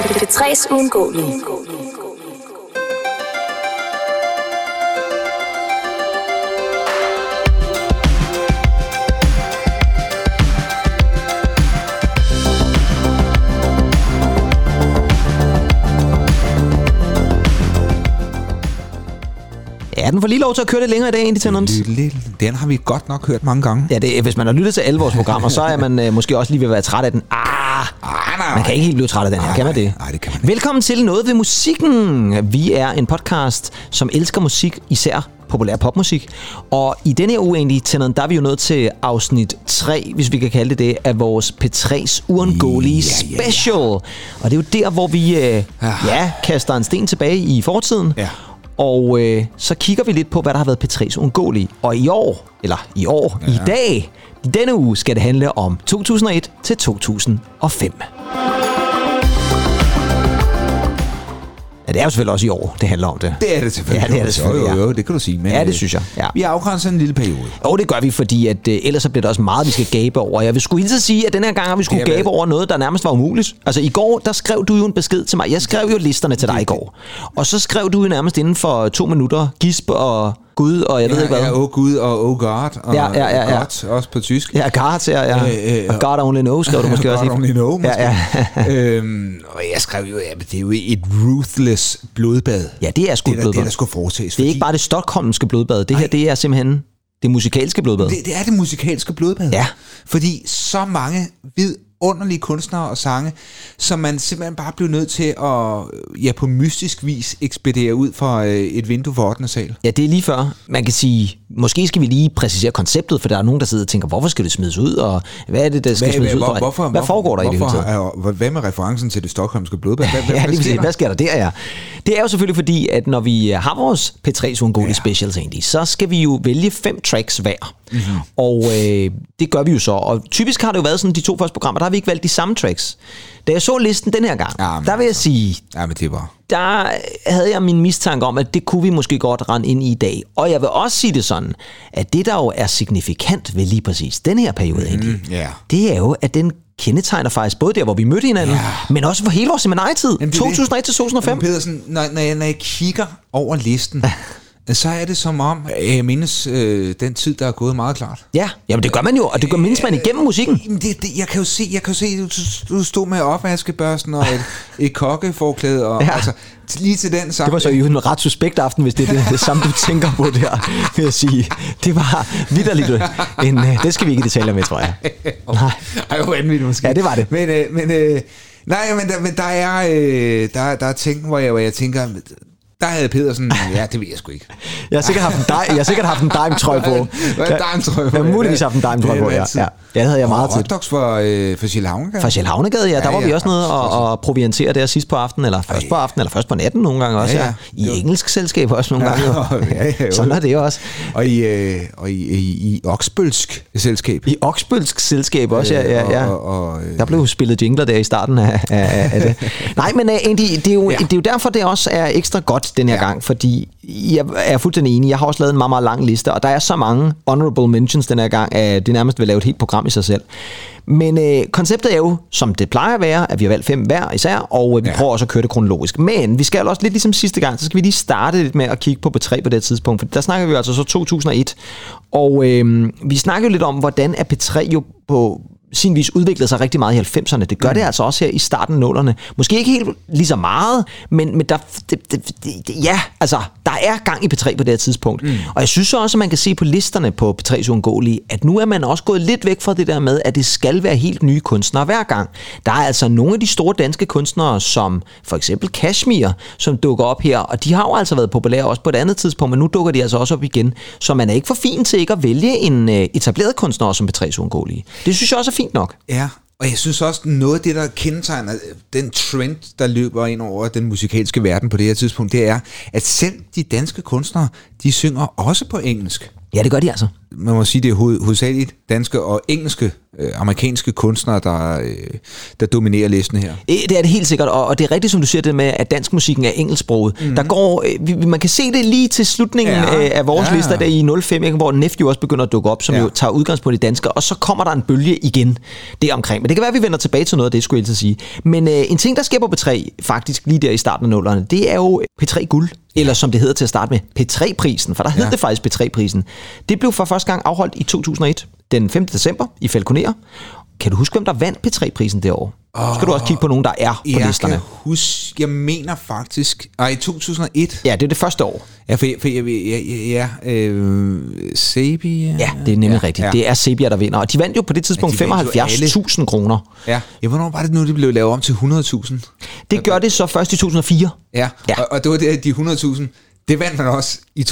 P3's uundgåelige. Ja, den får lige lov til at køre lidt længere i dag, egentlig, Tennant. Den har vi godt nok hørt mange gange. Ja, hvis man har lyttet til alle vores programmer, så er man måske også lige ved at være træt af den. Nej. Man kan ikke helt blive træt af den her, kan man det? Nej, det kan man ikke. Velkommen til Noget ved musikken. Vi er en podcast, som elsker musik, især populær popmusik. Og i denne her uge egentlig, Tennant, der er vi jo nået til afsnit 3, hvis vi kan kalde det, af vores P3's uundgåelige special. Og det er jo der, hvor vi kaster en sten tilbage i fortiden. Ja. Og så kigger vi lidt på, hvad der har været P3's uundgåelige. Og i dag, i denne uge, skal det handle om 2001 til 2005. Ja, det er jo selvfølgelig også i år, det handler om det. Det er det selvfølgelig. Ja, det er det selvfølgelig. Jo, det kan du sige. Men, ja, det synes jeg. Ja. Vi afgrænser en lille periode. Og det gør vi, fordi at, ellers så bliver der også meget, vi skal gabe over. Jeg vil sgu hilse at sige, at den her gang har vi skulle gabe over noget, der nærmest var umuligt. Altså i går, der skrev du jo en besked til mig. Jeg skrev jo listerne til dig i går. Og så skrev du jo nærmest inden for 2 minutter gisp og Gud, og jeg ved ikke hvad. Ja, Gud og God. Og God, også på tysk. Ja, God, og God only knows, skrev du måske også. God only know, måske. Ja. Og jeg skrev jo, det er jo et ruthless blodbad. Ja, det er sgu et blodbad. Det er der skulle foretages. Det er ikke bare det stockholmske blodbad. Det her, det er simpelthen det musikalske blodbad. Det er det musikalske blodbad. Ja. Fordi så mange vidunderlige kunstnere og sange, som man simpelthen bare blev nødt til at på mystisk vis ekspedere ud fra et vindue for 8. sal. Ja, det er lige før. Man kan sige, måske skal vi lige præcisere konceptet, for der er nogen, der sidder og tænker, hvorfor skal det smides ud, og hvad er det, der skal smides ud for? Hvad foregår der i det hele taget? Hvad med referencen til det stockholmske blodbad? Hvad sker der? Ja. Det er jo selvfølgelig fordi, at når vi har vores P3's uundgåelige specials egentlig, så skal vi jo vælge 5 tracks hver. Mm-hmm. Og det gør vi jo så. Og typisk har det jo været sådan, de 2 første programmer, der har vi ikke valgt de samme tracks. Da jeg så listen den her gang, der vil jeg sige, der havde jeg min mistanke om, at det kunne vi måske godt rende ind i dag. Og jeg vil også sige det sådan, at det der jo er signifikant ved lige præcis den her periode egentlig, det er jo, at den kendetegner faktisk både der, hvor vi mødte hinanden, men også for hele vores seminarietid, 2001 til 2005. Pedersen, når jeg kigger over listen, så er det som om, jeg mindes den tid, der er gået meget klart. Ja, jamen det gør man jo, og det gør mindes man igennem musikken. Jeg kan jo se, du stod med opvaskebørsten og et kokkeforklæde, og altså lige til den sammen. Det var så jo en ret suspekt aften, hvis det er det samme, du tænker på der, vil jeg sige. Det var vitterligt det skal vi ikke detaljer med, tror jeg. Nej. Ej, hvor vanvittigt måske. Ja, det var det. Men der er ting, hvor jeg tænker, der havde Pedersen, det ved jeg sgu ikke. Jeg har sikkert haft en Dime-trøje på. Dime-trøje på? Jeg har muligvis haft en Dime-trøje på, ja. Ja, det havde jeg meget til. Hotdogs for Sjæl Havnegade? For Sjæl Havnegade, ja. Der var vi også nede og proviantere der sidst på aftenen, eller først på aftenen, eller først på natten nogle gange også. Ja. I engelsk selskab også nogle gange. Ja. Sådan er det også. Og i Oksbølsk selskab. I Oksbølsk selskab også, ja. Der blev spillet jingler der i starten af det. Nej, men egentlig, det er jo derfor, det også er ekstra godt den her gang, fordi jeg er fuldstændig enig. Jeg har også lavet en meget, meget lang liste, og der er så mange honorable mentions den her gang, at det nærmest vil lave et helt program i sig selv. Men konceptet er jo, som det plejer at være, at vi har valgt 5 hver især, og vi prøver også at køre det kronologisk. Men vi skal også lidt ligesom sidste gang, så skal vi lige starte lidt med at kigge på P3 på det tidspunkt, for der snakker vi altså så 2001. Og vi snakker jo lidt om, hvordan er P3 jo på sin vis udviklede sig rigtig meget i 90'erne. Det gør det altså også her i starten af 00'erne. Måske ikke helt lige så meget, men der, der er gang i P3 på det her tidspunkt. Og jeg synes også, at man kan se på listerne på P3's uundgåelige, at nu er man også gået lidt væk fra det der med, at det skal være helt nye kunstnere hver gang. Der er altså nogle af de store danske kunstnere, som for eksempel Kashmir, som dukker op her, og de har jo altså været populære også på et andet tidspunkt, men nu dukker de altså også op igen. Så man er ikke for fin til ikke at vælge en etableret kunstner som P3's uundgåelige. Det synes jeg også er fint nok. Ja, og jeg synes også, noget af det, der kendetegner den trend, der løber ind over den musikalske verden på det her tidspunkt, det er, at selv de danske kunstnere, de synger også på engelsk. Ja, det gør de altså. Man må sige, det er hovedsageligt danske og engelske, amerikanske kunstnere, der dominerer listen her. Det er det helt sikkert, og det er rigtigt, som du siger det med, at dansk musikken er engelsksproget. Mm-hmm. Der går, man kan se det lige til slutningen af vores lister, der i 05, hvor Nephew også begynder at dukke op, som jo tager udgangspunkt i danske, og så kommer der en bølge igen deromkring. Men det kan være, at vi vender tilbage til noget af det, skulle jeg altså sige. Men en ting, der sker på P3, faktisk lige der i starten af 00'erne, det er jo P3 Guld, eller som det hedder til at starte med, P3-prisen, for der hed det faktisk P3-prisen. Det blev for første gang afholdt i 2001, den 5. december i Falconer. Kan du huske, hvem der vandt P3-prisen det år? Skal du også kigge på nogen, der er på listerne? Jeg mener faktisk... i 2001. Ja, det er det første år. Ja, Sabia... Ja, det er nemlig rigtigt. Ja. Det er Sabia, der vinder. Og de vandt jo på det tidspunkt 75.000 kroner. Ja, hvornår var det nu, det blev lavet om til 100.000? Det gør det så først i 2004. Ja. Og det var det, de 100.000... Det vandt man også i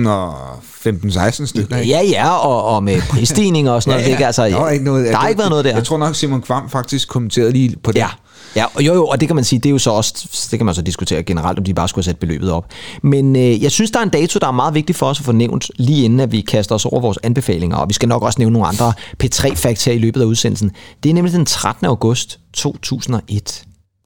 2015-16 stykker. Ja, og med prisstigninger og sådan noget. Det altså, der har ikke været noget der. Jeg tror nok, Simon Kvam faktisk kommenterede lige på det. Ja, og det kan man sige, det er jo så også, det kan man så diskutere generelt, om de bare skulle sætte beløbet op. Men jeg synes, der er en dato, der er meget vigtig for os at få nævnt, lige inden at vi kaster os over vores anbefalinger, og vi skal nok også nævne nogle andre P3-facts her i løbet af udsendelsen. Det er nemlig den 13. august 2001.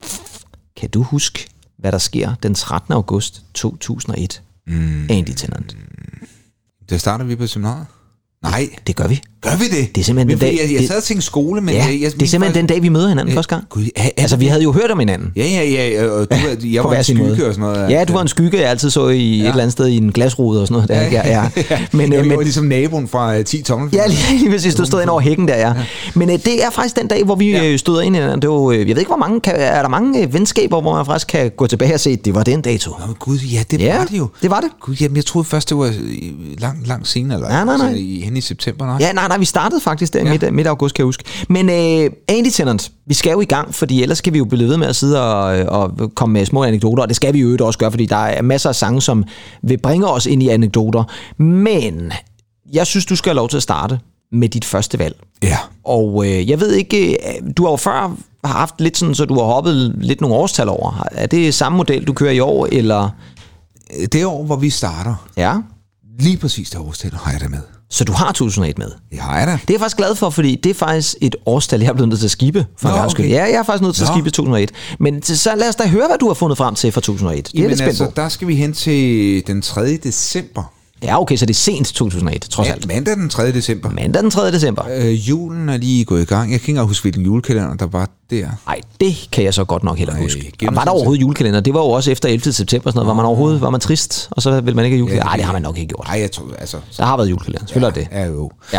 Kan du huske, hvad der sker den 13. august 2001? Andy Tennant. Det starter vi på seminaret? Nej. Det gør vi. Gør vi det? Det er simpelthen den dag... Jeg sad og tænkte skole, men... Ja, det er simpelthen den dag, vi møder hinanden første gang. Gud, altså, vi havde jo hørt om hinanden. Ja, og jeg var en skygge måde. Og sådan noget. Ja, du var en skygge, jeg altid så i et eller andet sted i en glasrude og sådan noget. Ja. Men jeg var ligesom naboen fra 10 tommelfingre. Ja, lige præcis. Du stod ind over hækken der, ja. Men det er faktisk den dag, hvor vi støder ind i hinanden. Det var, jeg ved ikke, hvor mange... Er der mange venskaber, hvor man faktisk kan gå tilbage og se, det var den dato? Nå, gud, ja, det var det jo. Det var det. Gud, jamen, jeg troede først, det var langt senere. Nej. Hen i september, nok. Ja, nej, vi startede faktisk der midt august, kan jeg huske. Men Andy Tennant, vi skal jo i gang, fordi ellers skal vi jo blive ved med at sidde og komme med små anekdoter, og det skal vi jo også gøre, fordi der er masser af sange, som vil bringe os ind i anekdoter. Men jeg synes, du skal have lov til at starte med dit første valg. Ja. Og jeg ved ikke, du har jo før haft lidt sådan, så du har hoppet lidt nogle årstal over. Er det samme model, du kører i år, eller? Det år, hvor vi starter. Ja. Lige præcis det årstal har jeg det med. Så du har 2001 med? Det har jeg da. Det er jeg faktisk glad for, fordi det er faktisk et årstal, jeg er blevet nødt til at skibe. Okay. Ja, jeg er faktisk nødt til at skibe 2001. Men så lad os da høre, hvad du har fundet frem til for 2001. Det er lidt spændt på. Der skal vi hen til den 3. december. Ja, okay, så det er sent 2001, trods alt. Mandag den 3. december. Mandag den 3. december. Julen er lige gået i gang. Jeg kan ikke engang huske, hvilken julekalender der var der. Nej, det kan jeg så godt nok heller huske. Og var der overhovedet julekalender? Det var jo også efter 11. september. Sådan noget. Var man trist, og så ville man ikke have julekalender? Nej, det har man nok ikke gjort. Nej, jeg tror, altså... Der har været julekalender, selvfølgelig det. Ja, jo. Ja.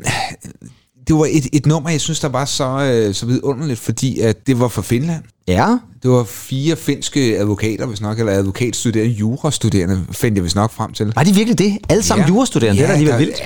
Det var et nummer, jeg synes, der var så vidunderligt, fordi at det var fra Finland. Ja. Det var 4 finske advokater, hvis nok, eller advokatstuderende, jurastuderende, fandt jeg vist nok frem til. Var de virkelig det? Alle sammen jurastuderende? Det er da alligevel vildt.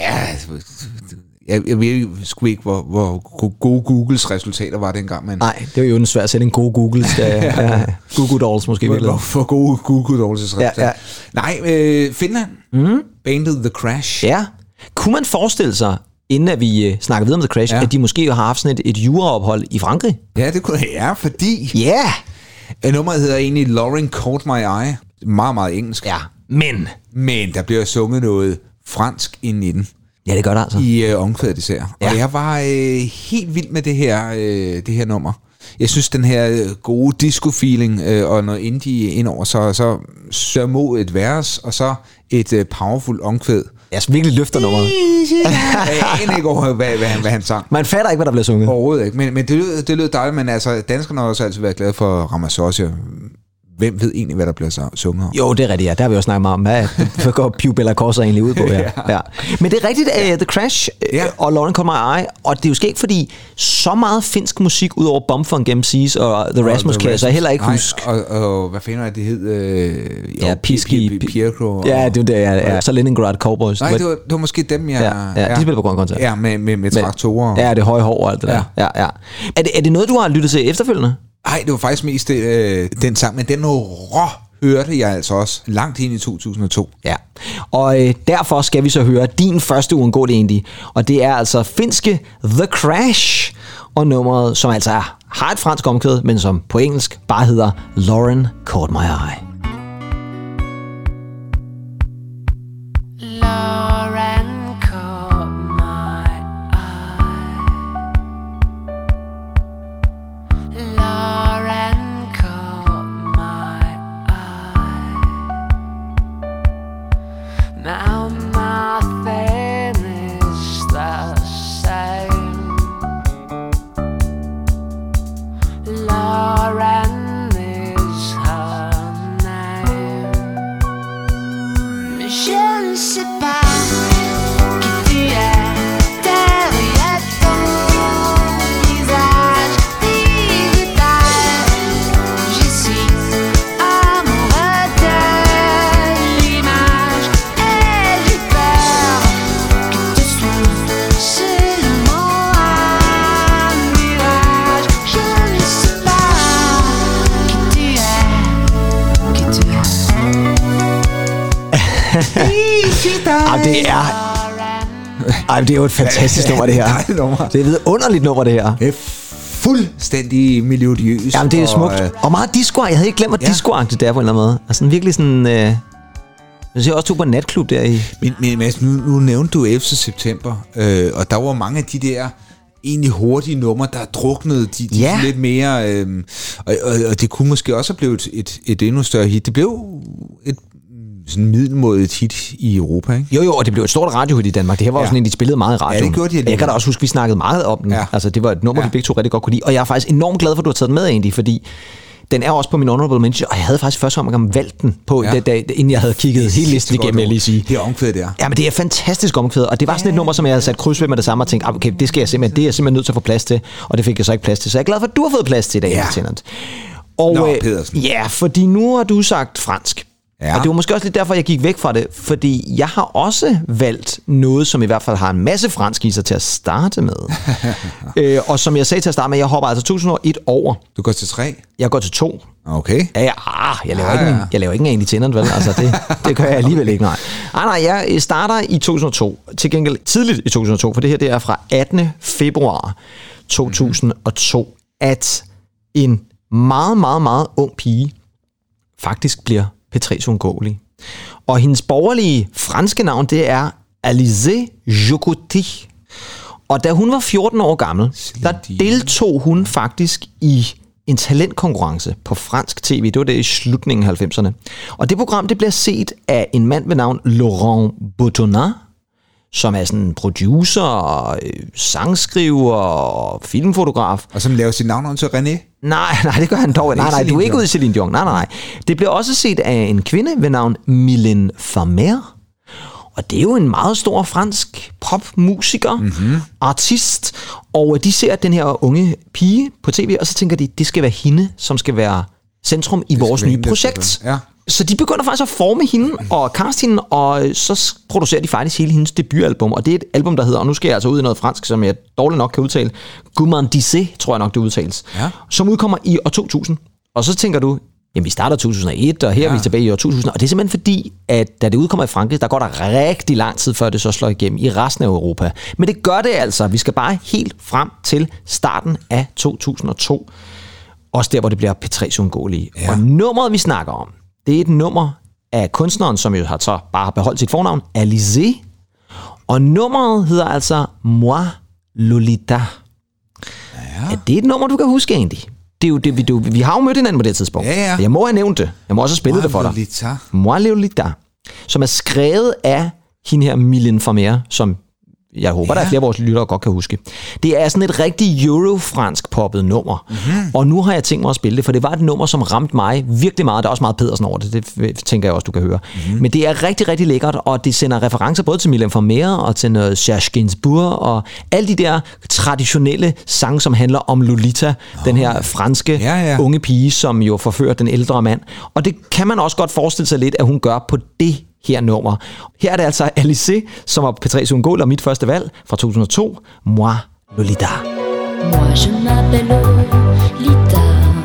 Jeg ved sgu ikke, hvor gode Googles resultater var dengang. Men... Nej, det var jo svært at sætte en god Googles. Google Dolls måske. For gode Google Dolls resultater. Ja. Nej, Finland. Bandet The Crash. Ja. Kunne man forestille sig, inden at vi snakker videre om The Crash, at de måske har haft sådan et juraophold i Frankrig? Ja, det kunne jeg. Ja, fordi... Ja! Nummeret hedder egentlig Lauren Caught My Eye. Meget, meget engelsk. Ja, men der bliver sunget noget fransk ind i den. Ja, det gør det altså. I omkvædet især. Ja. Og jeg var helt vild med det her nummer. Jeg synes, den her gode disco-feeling og noget indie indover, så sørmod et vers, og så et powerful omkvæd. Jeg virkelig løfter nummeret. Jeg aner ikke over, hvad han sang. Man fatter ikke, hvad der bliver sunget. Overhovedet ikke, men det lød dejligt, men altså, danskerne har også altid været glade for Ramazzotti. Hvem ved egentlig, hvad der bliver sunget om? Jo, det er rigtigt, ja. Der har vi jo snakket meget om, hvad går Piu Bella Corsa egentlig ud på. Ja. Men det er rigtigt, The Crash og Lauren Caught My Eye, og det er jo skægt, fordi så meget finsk musik, ud over Bumfunk MC's og The Rasmus, kan jeg så heller ikke huske. Og hvad fanden er det hed? Piero. Ja, det er så Leningrad Cowboys. Nej, det var måske dem, de spiller på Grøn Koncert. Ja, med traktorer. Ja, det høje hår og alt det der. Ja. Er det noget, du har lyttet til efterfølgende? Nej, det var faktisk mest den sang, men den hørte jeg altså også langt ind i 2002. Ja, og derfor skal vi så høre din første uundgåelige indie, og det er altså finske The Crash, og nummeret, som altså har et fransk omkvæd, men som på engelsk bare hedder Lauren Caught My Eye. Lauren det er... det er jo et fantastisk nummer, det her. Det er et vidunderligt nummer, det her. Det er fuldstændig melodiøst. Jamen, det er smukt. Og meget disco. Jeg havde ikke glemt, at disco-agtigt det er på en eller anden måde. Altså virkelig sådan... Jeg ser også to på en natklub der i... Men Mads, nu nævnte du 11. september, og der var mange af de der egentlig hurtige numre, der druknede de lidt mere... Og det kunne måske også have blevet et endnu større hit. Det blev et sådan middelmådigt hit i Europa, ikke? Jo, og det blev et stort radiohit i Danmark. Det her var jo sådan en, de spillede meget i radioen. Ja, det gjorde de. Jeg kan da også huske, vi snakkede meget om den. Ja. Altså, det var et nummer, vi begge to rigtig godt kunne lide. Og jeg er faktisk enormt glad for, at du har taget den med, egentlig, fordi den er også på min honorable mention, og jeg havde faktisk første gang valgt den på, inden jeg havde kigget hele listen igennem, jeg lige sige. Det er omkvædet, det er. Ja, men det er fantastisk omkvædet, og det var sådan et nummer, som jeg havde sat kryds ved med det samme, og tænkte, okay, det er jeg simpelthen nødt til at få plads til, og det fik jeg så ikke plads til. Så jeg er glad for, at du har fået plads til i dag, Lieutenant. Og Pedersen. Ja, fordi nu har du sagt fransk. Ja. Og det var måske også lidt derfor, jeg gik væk fra det, fordi jeg har også valgt noget, som i hvert fald har en masse fransk i sig til at starte med. Og som jeg sagde til at starte med, jeg hopper altså 2001 over. Du går til 3? Jeg går til 2. Okay. Jeg laver ikke en egentlig tænderne, vel? Altså, det gør jeg alligevel ikke, nej. Jeg starter i 2002. Til gengæld tidligt i 2002, for det her det er fra 18. februar 2002, at en meget, meget, meget ung pige faktisk bliver P3's uundgåelige. Og hendes borgerlige franske navn, det er Alizée Jokoti. Og da hun var 14 år gammel, der deltog hun faktisk i en talentkonkurrence på fransk tv. Det var det i slutningen af 90'erne. Og det program, det bliver set af en mand ved navn Laurent Boutonnat, som er sådan en producer, sangskriver og filmfotograf. Og som laver sit navn om til René? Nej, det gør han dog. Nej, du er ikke ude i Céline Dion. Nej. Det bliver også set af en kvinde ved navn Mylène Farmer. Og det er jo en meget stor fransk popmusiker, artist. Og de ser den her unge pige på tv, og så tænker de, det skal være hende, som skal være centrum i vores nye projekt. Ja. Så de begynder faktisk at forme hende og caste hende, og så producerer de faktisk hele hendes debutalbum. Og det er et album, der hedder, og nu skal jeg altså ud i noget fransk, som jeg dårligt nok kan udtale, Gourmandise, tror jeg nok, det udtales. Ja. Som udkommer i år 2000. Og så tænker du, jamen vi starter 2001, og her er vi tilbage i år 2000. Og det er simpelthen fordi, at da det udkommer i Frankrig, der går der rigtig lang tid, før det så slår igennem i resten af Europa. Men det gør det altså. Vi skal bare helt frem til starten af 2002. Også der, hvor det bliver P3's uundgåelige. Ja. Og nummeret, vi snakker om, det er et nummer af kunstneren, som jo så bare har beholdt sit fornavn, Alizée. Og nummeret hedder altså Moi Lolita. Ja. Det er et nummer, du kan huske egentlig. Det er jo det, vi har jo mødt hinanden på det tidspunkt. Ja. Jeg må have nævnt det. Jeg må også have spillet det for dig. Moi Lolita. Som er skrevet af hende her Mylène Farmer, som jeg håber, der er flere af vores lyttere godt kan huske. Det er sådan et rigtig eurofransk poppet nummer. Og nu har jeg tænkt mig at spille det, for det var et nummer, som ramte mig virkelig meget. Der er også meget Pedersen over det. Det tænker jeg også, du kan høre. Men det er rigtig, rigtig lækkert, og det sender referencer både til Mylène Farmer og til noget Serge Gainsbourg og alle de der traditionelle sange, som handler om Lolita, den her franske unge pige, som jo forfører den ældre mand. Og det kan man også godt forestille sig lidt, at hun gør på det her nummer. Her er det altså Alizée, som var P3's uundgåelige og mit første valg fra 2002, Moi Lolita. Moi je m'appelle Lolita,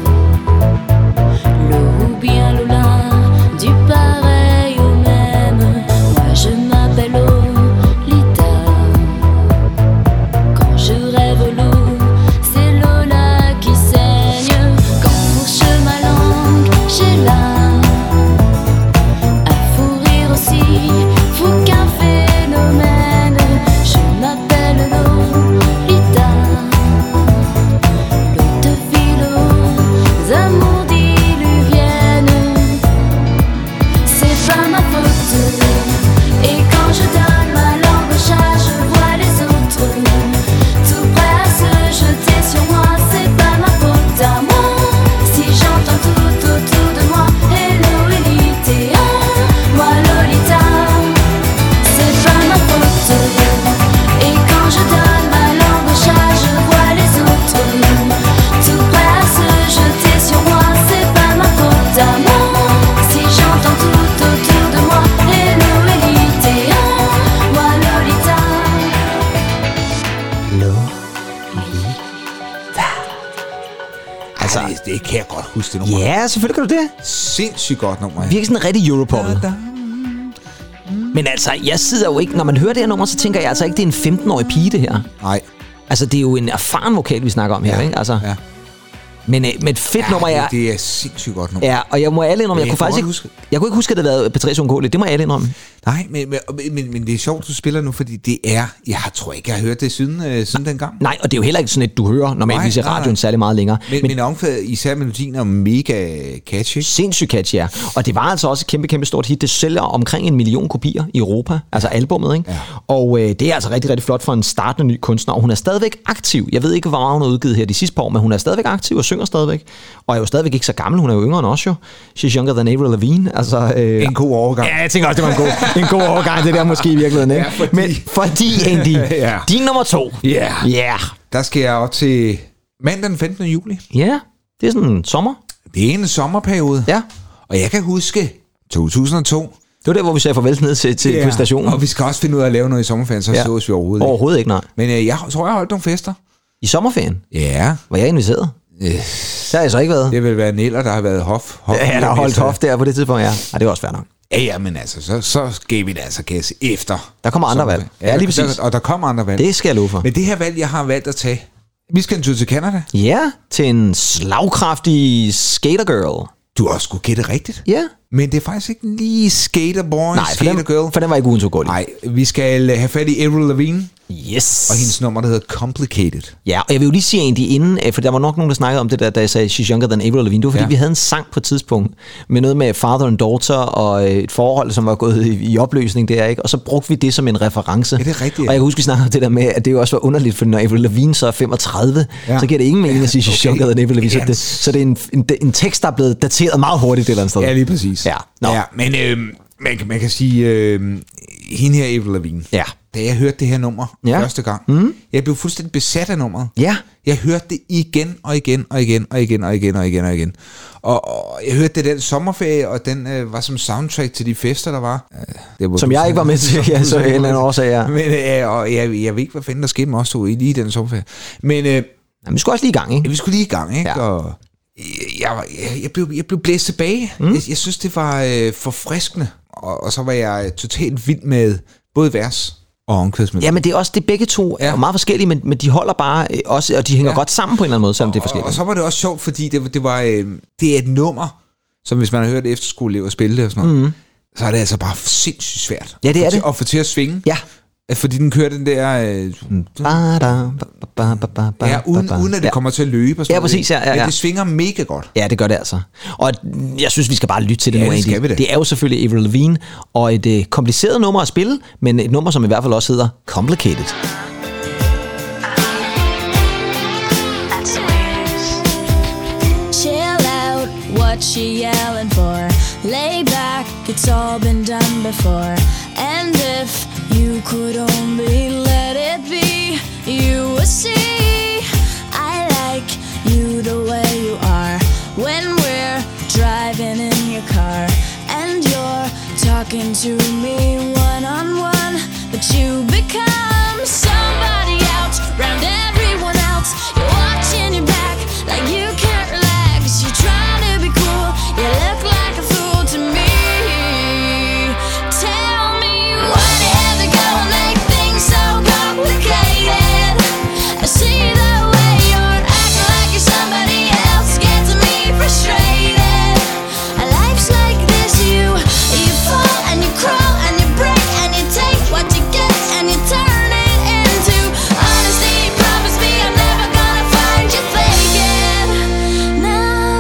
Lo bien Lola, du pareil au même. Moi je m'appelle Lolita, quand je rêve l'eau, c'est Lola qui saigne. Quand fourche ma langue, j'ai la fou qu'un phénomène, je m'appelle Lolita, l'eau de philo, amours diluviennes, c'est pas ma faute. Et quand je donne ma langue au chat, je vois les autres tout prêts à se jeter sur moi, c'est pas ma faute à moi. Si j'entends tout autour de moi, hello Elite, moi Lolita. Et quand je donne ma langue au chat, je vois les autres tout prêts à se jeter sur moi, c'est pas ma faute à moi. Si j'entends tout autour de moi, hello Elite, moi Lolita. Lolita. Altså, det kan jeg godt huske, det nummer. Ja, selvfølgelig kan du det. Sindssygt godt nummer. Virkelig sådan en rigtig Europoppet. Men altså, jeg sidder jo ikke... Når man hører det her nummer, så tænker jeg altså ikke, det er en 15-årig pige, det her. Nej. Altså, det er jo en erfaren vokal, vi snakker om her, ikke? Altså, men et fedt nummer, jeg... Det er sindssygt godt nummer. Ja, og jeg må alle indrømme, jeg kunne ikke huske, at det havde været Patricia Ungoli. Det må jeg alle indrømme. Nej, men det er sjovt, du spiller nu, fordi det er... Jeg tror ikke, jeg har hørt det siden dengang. Nej, og det er jo heller ikke sådan, at du hører normalvis i radioen særlig meget længere. Men omkvædet, især melodien, er mega catchy. Sindssygt catchy, ja. Og det var altså også et kæmpe, kæmpe stort hit. Det sælger omkring 1 million kopier i Europa, altså albummet, ikke? Ja. Og det er altså rigtig, rigtig flot for en startende ny kunstner. Og hun er stadigvæk aktiv. Jeg ved ikke, hvor meget hun har udgivet her de sidste par år, men hun er stadigvæk aktiv og synger stadigvæk. Og er jo stadigvæk ikke så gammel. Hun er jo yngre end os jo. She's younger than Avril Lavigne. Altså, en god overgang. Ja, jeg tænker også, det var en god overgang, det der måske i virkeligheden, ikke? Ja, men fordi Andy, din nummer 2. Ja. Der skal jeg op til mandag den 15. juli. Ja, det er sådan en sommer. Det er en sommerperiode. Ja. Og jeg kan huske 2002. Det var der, hvor vi sagde farvel ned til på stationen. Og vi skal også finde ud af at lave noget i sommerferien, så sås vi overhovedet ikke. Overhovedet ikke, nej. Men jeg tror, jeg har holdt nogle fester. I sommerferien? Ja. Var jeg inviteret? Der har jeg så ikke været. Det vil være Neller, der har været hof. Ja, der har holdt hof der på det tidspunkt, ja. Det er også fair nok. Ja, men altså, så gav vi det altså gas efter. Der kommer andre valg. Ja, lige præcis. Og der kommer andre valg. Det skal jeg love for. Men det her valg, jeg har valgt at tage, vi skal en tur til Canada. Ja, til en slagkraftig skatergirl. Du har også skulle gætte rigtigt. Ja. Men det er faktisk ikke lige skaterboy, skatergirl. For den var ikke ugen så god. Nej, vi skal have fat i Avril Lavigne. Yes. Og hendes nummer, der hedder Complicated. Ja, og jeg vil jo lige sige egentlig inden, for der var nok nogen, der snakkede om det der, da jeg sagde She's Younger Than Avril Lavigne. Det var fordi, vi havde en sang på et tidspunkt med noget med father and daughter og et forhold, som var gået i opløsning der, ikke? Og så brugte vi det som en reference. Ja, det er rigtigt. Og jeg kan huske, vi snakkede om det der med, at det jo også var underligt, for når Avril Lavigne så er 35, så giver det ingen mening at sige She's Younger Than Avril Lavigne. Så det er en tekst, der er blevet dateret meget hurtigt et eller andet sted. Ja, lige præcis. Ja, men man kan sige, hende her Avril Lavigne. Ja. Da jeg hørte det her nummer første gang, jeg blev fuldstændig besat af nummeret. Ja. Jeg hørte det igen og igen. Og jeg hørte det den sommerferie, og den var som soundtrack til de fester, der var. Som jeg ikke var med til, ja, så en eller anden årsag, ja. Men jeg ved ikke, hvad fanden der skete med os to i lige den sommerferie. Men vi skulle også lige i gang, ikke? Vi skulle lige i gang, ikke? Ja. Og jeg blev blæst tilbage. Jeg synes, det var forfriskende. Og så var jeg totalt vild med både vers og omkvædsmelodi. Ja, men det er også, det begge to er meget forskellige, men de holder bare også, og de hænger godt sammen på en eller anden måde, selvom det er forskelligt. Og så var det også sjovt, fordi det er et nummer, som hvis man har hørt efterskoleelever spille det og sådan noget, så er det altså bare sindssygt svært. Ja, det er det. At få til at svinge. Ja. Fordi den kører den der... uden at det kommer til at løbe. Og ja, præcis. Ja. Men det svinger mega godt. Ja, det gør det altså. Og jeg synes, vi skal bare lytte til det nu. Det skal vi det. Det er jo selvfølgelig Avril Lavigne, og et kompliceret nummer at spille, men et nummer, som i hvert fald også hedder Complicated. Chill out, what she yelling for? Lay back, it's all been done before. And if you could only let it be, you would see I like you the way you are. When we're driving in your car and you're talking to me one-on-one, but you become somebody else round everyone else. You're watching your back like you can't relax. You're trying to be cool, you look like a fool to me. Tell me why do you ever go and make things so complicated? I see the way you're acting like you're somebody else, gets me frustrated. Life's like this, you fall and you crawl and you break and you take what you get and you turn it into honesty. Promise me I'm never gonna find you faking. No.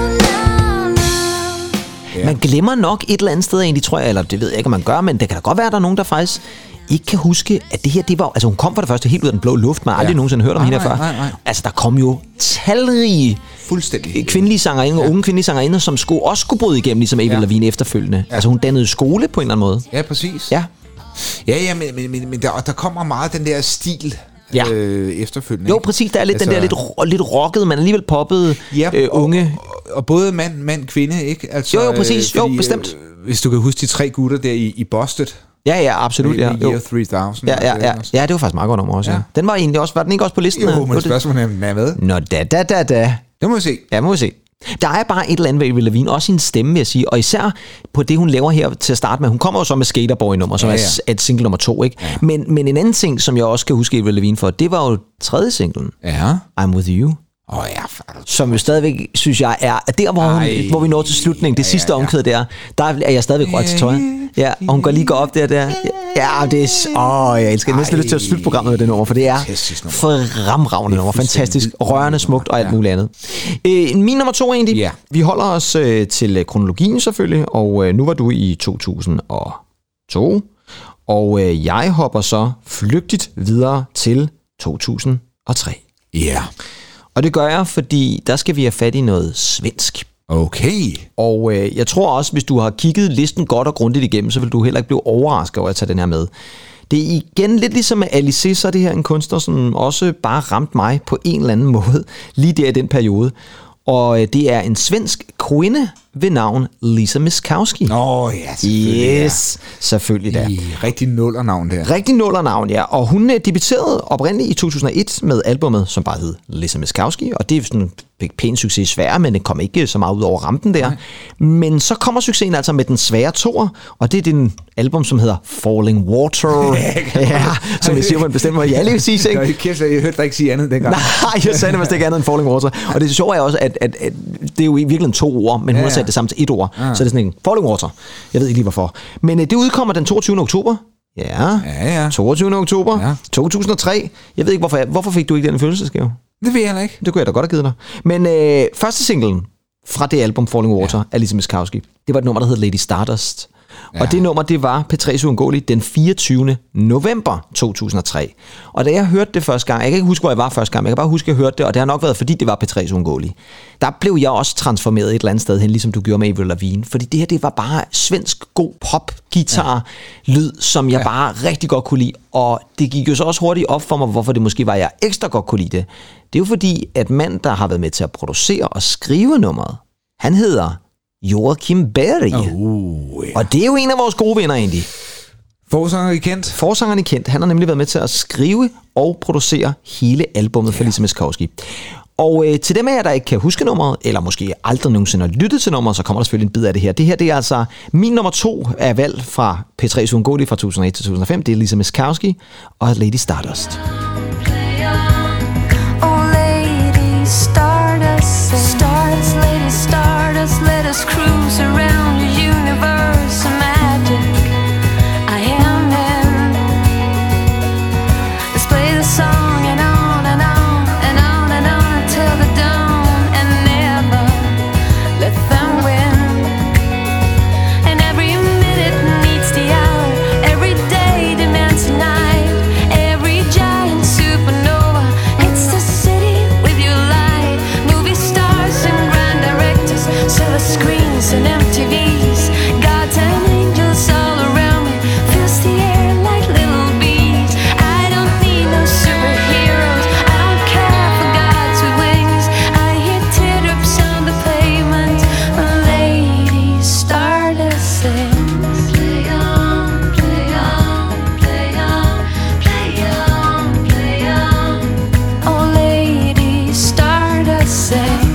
Man glemmer nok et eller andet sted egentlig, tror jeg, eller det ved jeg ikke, om man gør, men det kan da godt være, at der er nogen, der faktisk ikke kan huske, at det her, det var... Altså, hun kom for det første helt ud af den blå luft, man har aldrig nogensinde hørt om hende her før. Nej. Altså, der kom jo talrige kvindelige sangerinder, unge kvindelige sangerinder, som også skulle bryde igennem, ligesom Avril Lavigne efterfølgende. Ja. Altså, hun dannede skole på en eller anden måde. Ja, præcis. Ja, men der kommer meget den der stil efterfølgende. Jo, præcis. Der er lidt, altså, den der lidt rocket, men alligevel poppet unge. Og både mand, kvinde, ikke? Altså, jo, præcis. Fordi, jo, bestemt. Hvis du kan huske de 3 gutter der i Busted. Ja, absolut. Ja, Year 3000. Ja, det var faktisk meget godt nummer også. Ja. Den var egentlig også, var den ikke også på listen? Jo, men spørgsmålet er med. Nå, da. Det må vi se. Ja, må vi se. Der er bare et eller andet ved Avril Lavigne, også en stemme, vil jeg sige, og især på det, hun laver her til at starte med. Hun kommer jo så med Skaterboy-nummer, som er et single nummer 2, ikke? Ja. Men en anden ting, som jeg også kan huske Avril Lavigne for, det var jo tredje singlen. Ja. I'm With You. Som jo stadigvæk, synes jeg, er der, hvor vi når til slutningen, det sidste omkvæd der er jeg stadigvæk rødt til tøj. Ja, og hun går op der. Ja, det er... jeg elsker det. Næsten lyst til at slutte programmet med det nummer, for det er fremragende nummer. Fantastisk, rørende, smukt og alt muligt andet. Min nummer 2 egentlig. Yeah. Vi holder os til kronologien selvfølgelig, og nu var du i 2002, og jeg hopper så flygtigt videre til 2003. Ja. Yeah. Og det gør jeg, fordi der skal vi have fat i noget svensk. Okay. Og jeg tror også, hvis du har kigget listen godt og grundigt igennem, så vil du heller ikke blive overrasket over at tage den her med. Det er igen lidt ligesom med Alice, så er det her en kunstner, som også bare ramte mig på en eller anden måde, lige der i den periode. Og det er en svensk kvinde ved navn Lisa Miscowski. Ja, selvfølgelig. Yes, selvfølgelig da. Rigtig nullernavn der. Rigtig nullernavn, ja. Og hun debuterede oprindeligt i 2001 med albumet, som bare hed Lisa Miscowski. Og det er sådan en pæn succes i Sverige, men det kom ikke så meget ud over rampen der. Nej. Men så kommer succesen altså med den svære toer, og det er den album, som hedder Falling Water. Ja, som jeg siger på en bestemt måde. Jeg lige sige, ikke? Jeg hørte dig ikke sige andet dengang. Nej, jeg sagde det ikke andet end Falling Water. Og det sjove er også, at det er jo i virkeligheden 2 ord, men hun har sat det sammen til 1 ord. Så det er sådan en Falling Water. Jeg ved ikke lige hvorfor. Men det udkommer den 22. oktober. Ja. 22. oktober 2003. Jeg ved ikke, hvorfor fik du ikke den følelsesgave? Det ved jeg ikke. Det kunne jeg da godt have givet dig. Men første singlen fra det album Falling Water af Lisa Miscowski, det var et nummer, der hed Lady Stardust. Ja. Og det nummer, det var P3's Uundgåelige den 24. november 2003. Og da jeg hørte det første gang, jeg kan ikke huske, hvor jeg var første gang, men jeg kan bare huske, at jeg hørte det, og det har nok været, fordi det var P3's Uundgåelige. Der blev jeg også transformeret et eller andet sted hen, ligesom du gjorde med Avril Lavigne. Fordi det her, det var bare svensk god pop-guitar-lyd, som jeg bare rigtig godt kunne lide. Og det gik jo så også hurtigt op for mig, hvorfor det måske var, jeg ekstra godt kunne lide det. Det er jo fordi, at mand, der har været med til at producere og skrive nummeret, han hedder Joachim Berg. Og det er jo en af vores gode venner egentlig. Forsangeren i Kendt. Han har nemlig været med til at skrive og producere hele albummet for Lisa Miscowski. Og til dem af jer, der ikke kan huske nummeret, eller måske aldrig nogensinde har lyttet til nummeret, så kommer der selvfølgelig en bid af det her. Det her, det er altså min nummer 2 af valg fra P3's Uundgåelige fra 2001 til 2005. Det er Lisa Miscowski og Lady Stardust. Let us cruise around the universe of magic. I am in. Let's play the song and on and on and on and on until the dawn, and never let them win. And every minute needs the hour, every day demands a night, every giant supernova. It's the city with your light, movie stars and grand directors, silver screens and MTVs, gods and angels all around me, fills the air like little bees. I don't need no superheroes, I don't care for gods with wings. I hear teardrops on the pavement, a lady Stardust sings. Play on, play on, play on, play on, play on. Oh, lady Stardust sings.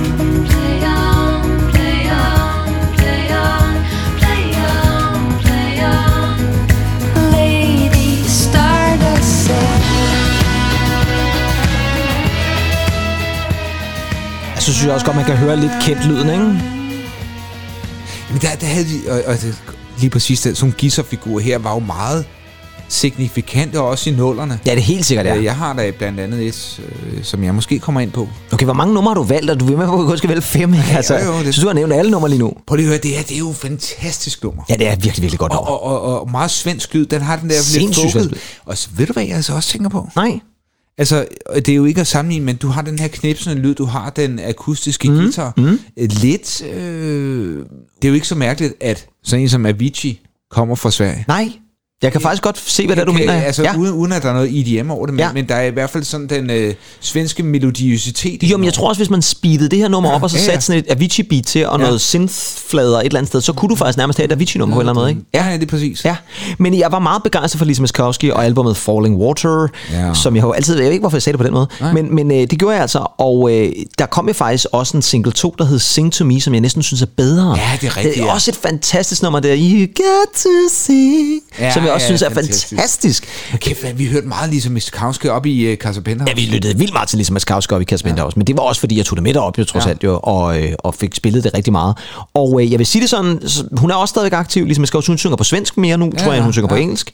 Så synes jeg også godt, man kan høre lidt kendt lyden, ikke? Men der havde de, og lige præcis sådan nogle guitarfigurer her, var jo meget signifikante også i nullerne. Ja, det er helt sikkert, ja. Jeg har da blandt andet et, som jeg måske kommer ind på. Okay, hvor mange numre har du valgt, og du vil med på, at du skal vælge 5, ikke? Altså, så du har nævnt alle numre lige nu. Prøv lige at høre, det her, det er jo fantastisk nummer. Ja, det er virkelig, virkelig godt nummer. Og meget svensk lyd, den har den der lidt folket. Og så, ved du, hvad jeg altså også tænker på? Nej. Altså, det er jo ikke at sammenligne, men du har den her knipsende lyd, du har den akustiske guitar. Lidt, det er jo ikke så mærkeligt, at sådan en som Avicii kommer fra Sverige. Nej. Jeg kan faktisk godt se, hvad det du mener. Altså, uden at der er noget EDM over det, men der er i hvert fald sådan den svenske melodiøsitet. Jo, men jeg tror også, hvis man speedede det her nummer op, og så satte sådan et Avicii-beat til, og noget synth-flader et eller andet sted, så kunne du faktisk nærmest have et Avicii-nummer på en eller anden måde, ikke? Ja, det er præcis. Ja, men jeg var meget begejstret for Lisa Miskovsky og albumet Falling Water, som jeg jo altid, jeg ved ikke, hvorfor jeg sagde det på den måde, men det gjorde jeg altså, og der kom jo faktisk også en single 2, der hed Sing to Me, som jeg næsten synes er bedre. Ja, det er rigtigt. Det er også et fantastisk nummer der, You Got to Sing, som jeg også synes er fantastisk. Okay, vi hørte meget Lisa Miskovsky op i Casa Penthouse. Ja, vi lyttede vildt meget til Lisa Miskovsky op i Casa Penthouse, men det var også fordi, jeg tog det med derop, jo trods alt, jo, og fik spillet det rigtig meget. Og jeg vil sige det sådan, hun er også stadig aktiv, Lisa Miskovsky, hun synger på svensk mere nu, tror jeg, hun synger på engelsk.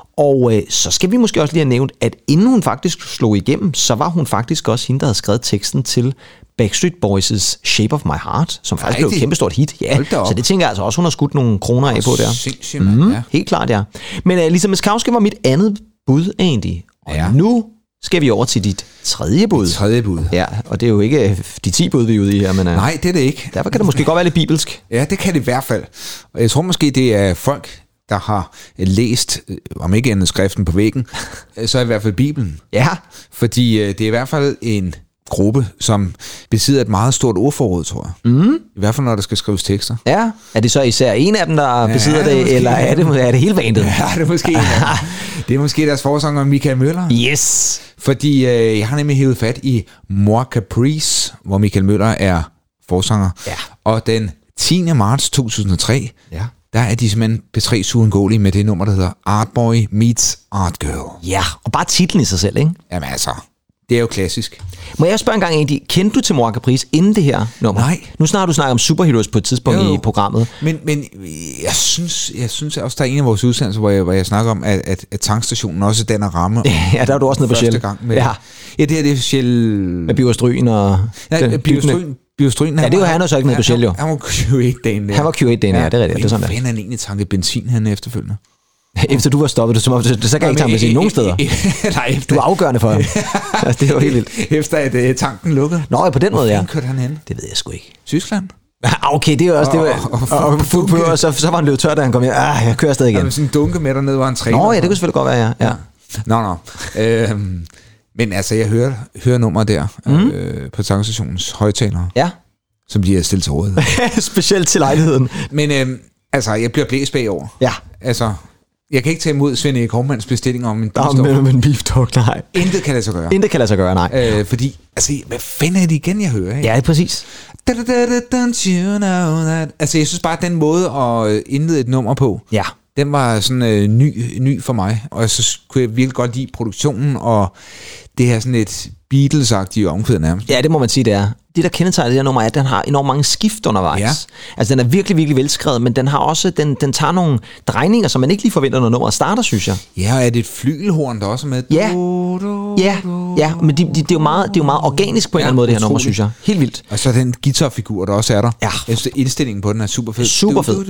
Og så skal vi måske også lige have nævnt, at inden hun faktisk slog igennem, så var hun faktisk også hende, der havde skrevet teksten til Backstreet Boys' Shape of My Heart, som faktisk blev et kæmpestort hit. Ja, så det tænker jeg altså også, hun har skudt nogle kroner af på der. Helt klart, ja. Men Lisa Miskovsky var mit andet bud egentlig. Og nu skal vi over til dit tredje bud. Tredje bud. Ja, og det er jo ikke de 10 bud, vi er ude i her. Men, nej, det er det ikke. Derfor kan det måske godt være lidt bibelsk. Ja, det kan det i hvert fald. Og jeg tror måske, det er folk, der har læst, om ikke andet skriften på væggen, så i hvert fald Bibelen. Ja. Fordi det er i hvert fald en gruppe, som besidder et meget stort ordforråd, tror jeg. I hvert fald, når der skal skrives tekster. Ja. Er det så især en af dem, der besidder det, eller er det hele vandet? Ja, det er måske en af dem. Det er måske deres forsanger Michael Møller. Yes. Fordi jeg har nemlig hævet fat i Moi Caprice, hvor Michael Møller er forsanger. Ja. Og den 10. marts 2003, der er de simpelthen P3 uundgåelige med det nummer, der hedder Art Boy Meets Art Girl. Ja, og bare titlen i sig selv, ikke? Jamen altså, det er jo klassisk. Må jeg spørge en gang egentlig, kendte du til Moi Caprice inden det her nummer? Nej. Nu snart du snakker om superheroes på et tidspunkt i programmet. Men jeg synes også, der er en af vores udsendelser, hvor jeg snakker om, at tankstationen også danner ramme. Ja, der er du også nede på Shell. Ja, det er Shell... Med Biverstryen og... Ja, Biverstryen. Ja, det var han også ikke nede på Shell, jo. Han var Q8-dagen der. Han var Q8-dagen, ja, det er rigtigt. Det er sådan der. Hvordan han egentlig tanket benzin, han efterfølgende? Efter du var stoppet, så kan jeg ikke tanke benzin nogen steder. Nej, du er afgørende for ham. Det er jo helt vildt. Efter at tanken lukkede. Nå, på den måde, ja. Hvor kørte han hen? Det ved jeg sgu ikke. Tyskland? Okay, det er også... Og så var han løbet tør, da han kom hjem. Jeg kører stadig igen. Der var sådan en dunke med dernede, hvor han træner. Nå, ja, det kunne selvfølgelig godt være, ja. Nå. Men altså, jeg hører nummer der på tankstationens højtalere. Ja. Som bliver stillet til rådighed. Specielt til lejligheden. Men altså, jeg bliver blæst bagover. Ja. Altså, jeg kan ikke tage imod Svend Erik Hovmanns bestilling om en beef talk. Om en beef talk, nej. Intet kan lade sig gøre. Nej. Fordi, altså, hvad fanden er det igen, jeg hører? Ikke? Ja, præcis. Don't you know that? Altså, jeg synes bare, at den måde at indlede et nummer på, den var sådan ny for mig. Og så kunne jeg virkelig godt lide produktionen, og det her sådan et Beatles-agtige omkvæd nærmest. Ja, det må man sige, det er. Det, der kendetegner det her nummer, er, at den har enormt mange skift undervejs. Ja. Altså, den er virkelig, virkelig velskrevet, men den har også, den tager nogle drejninger, som man ikke lige forventer, når nummeret starter, synes jeg. Ja, og er det et flygelhorn, der også er med? Ja, men det er jo meget organisk på en eller anden måde, det her nummer, synes jeg. Helt vildt. Og så den guitarfigur, der også er der. Ja. Jeg synes, indstillingen på den er super fed. Super fed.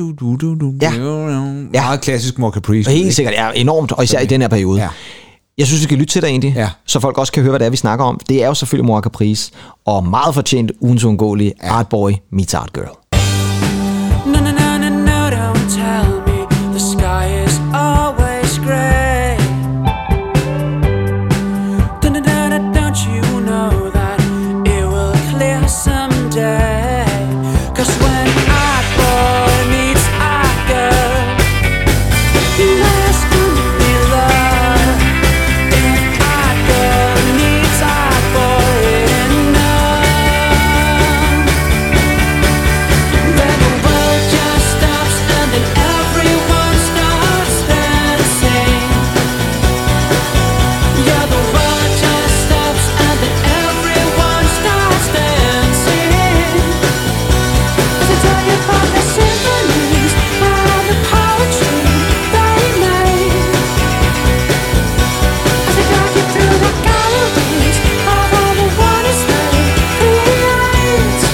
Meget klassisk Moi Caprice. Helt sikkert, ja, enormt, og især i den her periode. Ja. Jeg synes, vi skal lytte til dig egentlig, så folk også kan høre, hvad det er, vi snakker om. Det er jo selvfølgelig Moi Caprice, og meget fortjent, ugens uundgåelige, Art Boy meets Art Girl. No, don't tell me the sky is always gray. Don't you know that it will clear someday? 'Cause when Art Boy meets Art Girl, there's gonna be love. If Art Girl meets Art Boy in love, then the world just stops and then everyone starts dancing. Yeah, the world just stops and then everyone starts dancing. To tell you about the symphonies and the poetry they made. As they guide you through the galleries of all the wonders they create.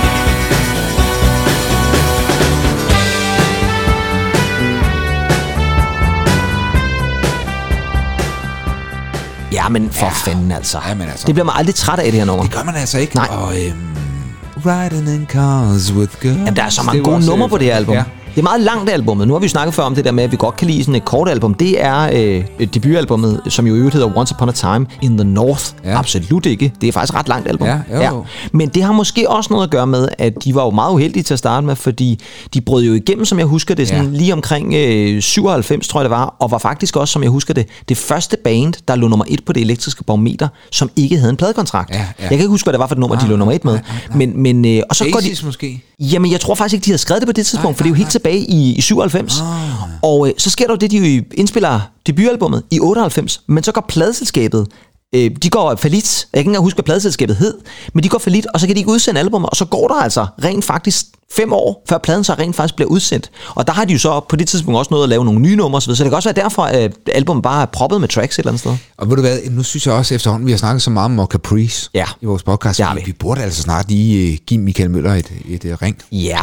Ja, men for fanden altså. Ja, men altså. Det bliver man aldrig træt af, det her nummer. Det gør man altså ikke. Nej. Og riding in cars with girls. Jamen, der er så mange gode numre på det her album. Ja. Det er meget langt albumet. Nu har vi snakket før om det der med, at vi godt kan lide sådan et kort album. Det er debutalbummet, som jo i øvrigt hedder Once Upon a Time in the North. Ja. Absolut ikke. Det er faktisk ret langt album. Ja. Men det har måske også noget at gøre med, at de var jo meget uheldige til at starte med, fordi de brød jo igennem, som jeg husker det, sådan lige omkring 97, tror jeg det var, og var faktisk også, som jeg husker det første band, der lå nummer 1 på Det Elektriske Barometer, som ikke havde en pladekontrakt. Ja. Jeg kan ikke huske, hvad det var for et nummer, de lå nummer 1 med. Men og så går de måske. Jamen, jeg tror faktisk ikke, de havde skrevet det på det tidspunkt, for det er jo helt tilbage i 97. Og så sker der jo det, de jo indspiller debutalbummet i 98, men så går pladeselskabet, de går fallit. Jeg kan ikke engang huske, hvad pladeselskabet hed, men de går fallit, og så kan de ikke udsende albummet, og så går der altså rent faktisk 5 år, før pladen så rent faktisk bliver udsendt. Og der har de jo så på det tidspunkt også nået at lave nogle nye numre, så det kan også være derfor, at albumet bare er proppet med tracks et eller andet sted. Og ved du hvad, nu synes jeg også efterhånden, vi har snakket så meget om Caprice i vores podcast. Ja, vi burde altså snart lige give Michael Møller et ring.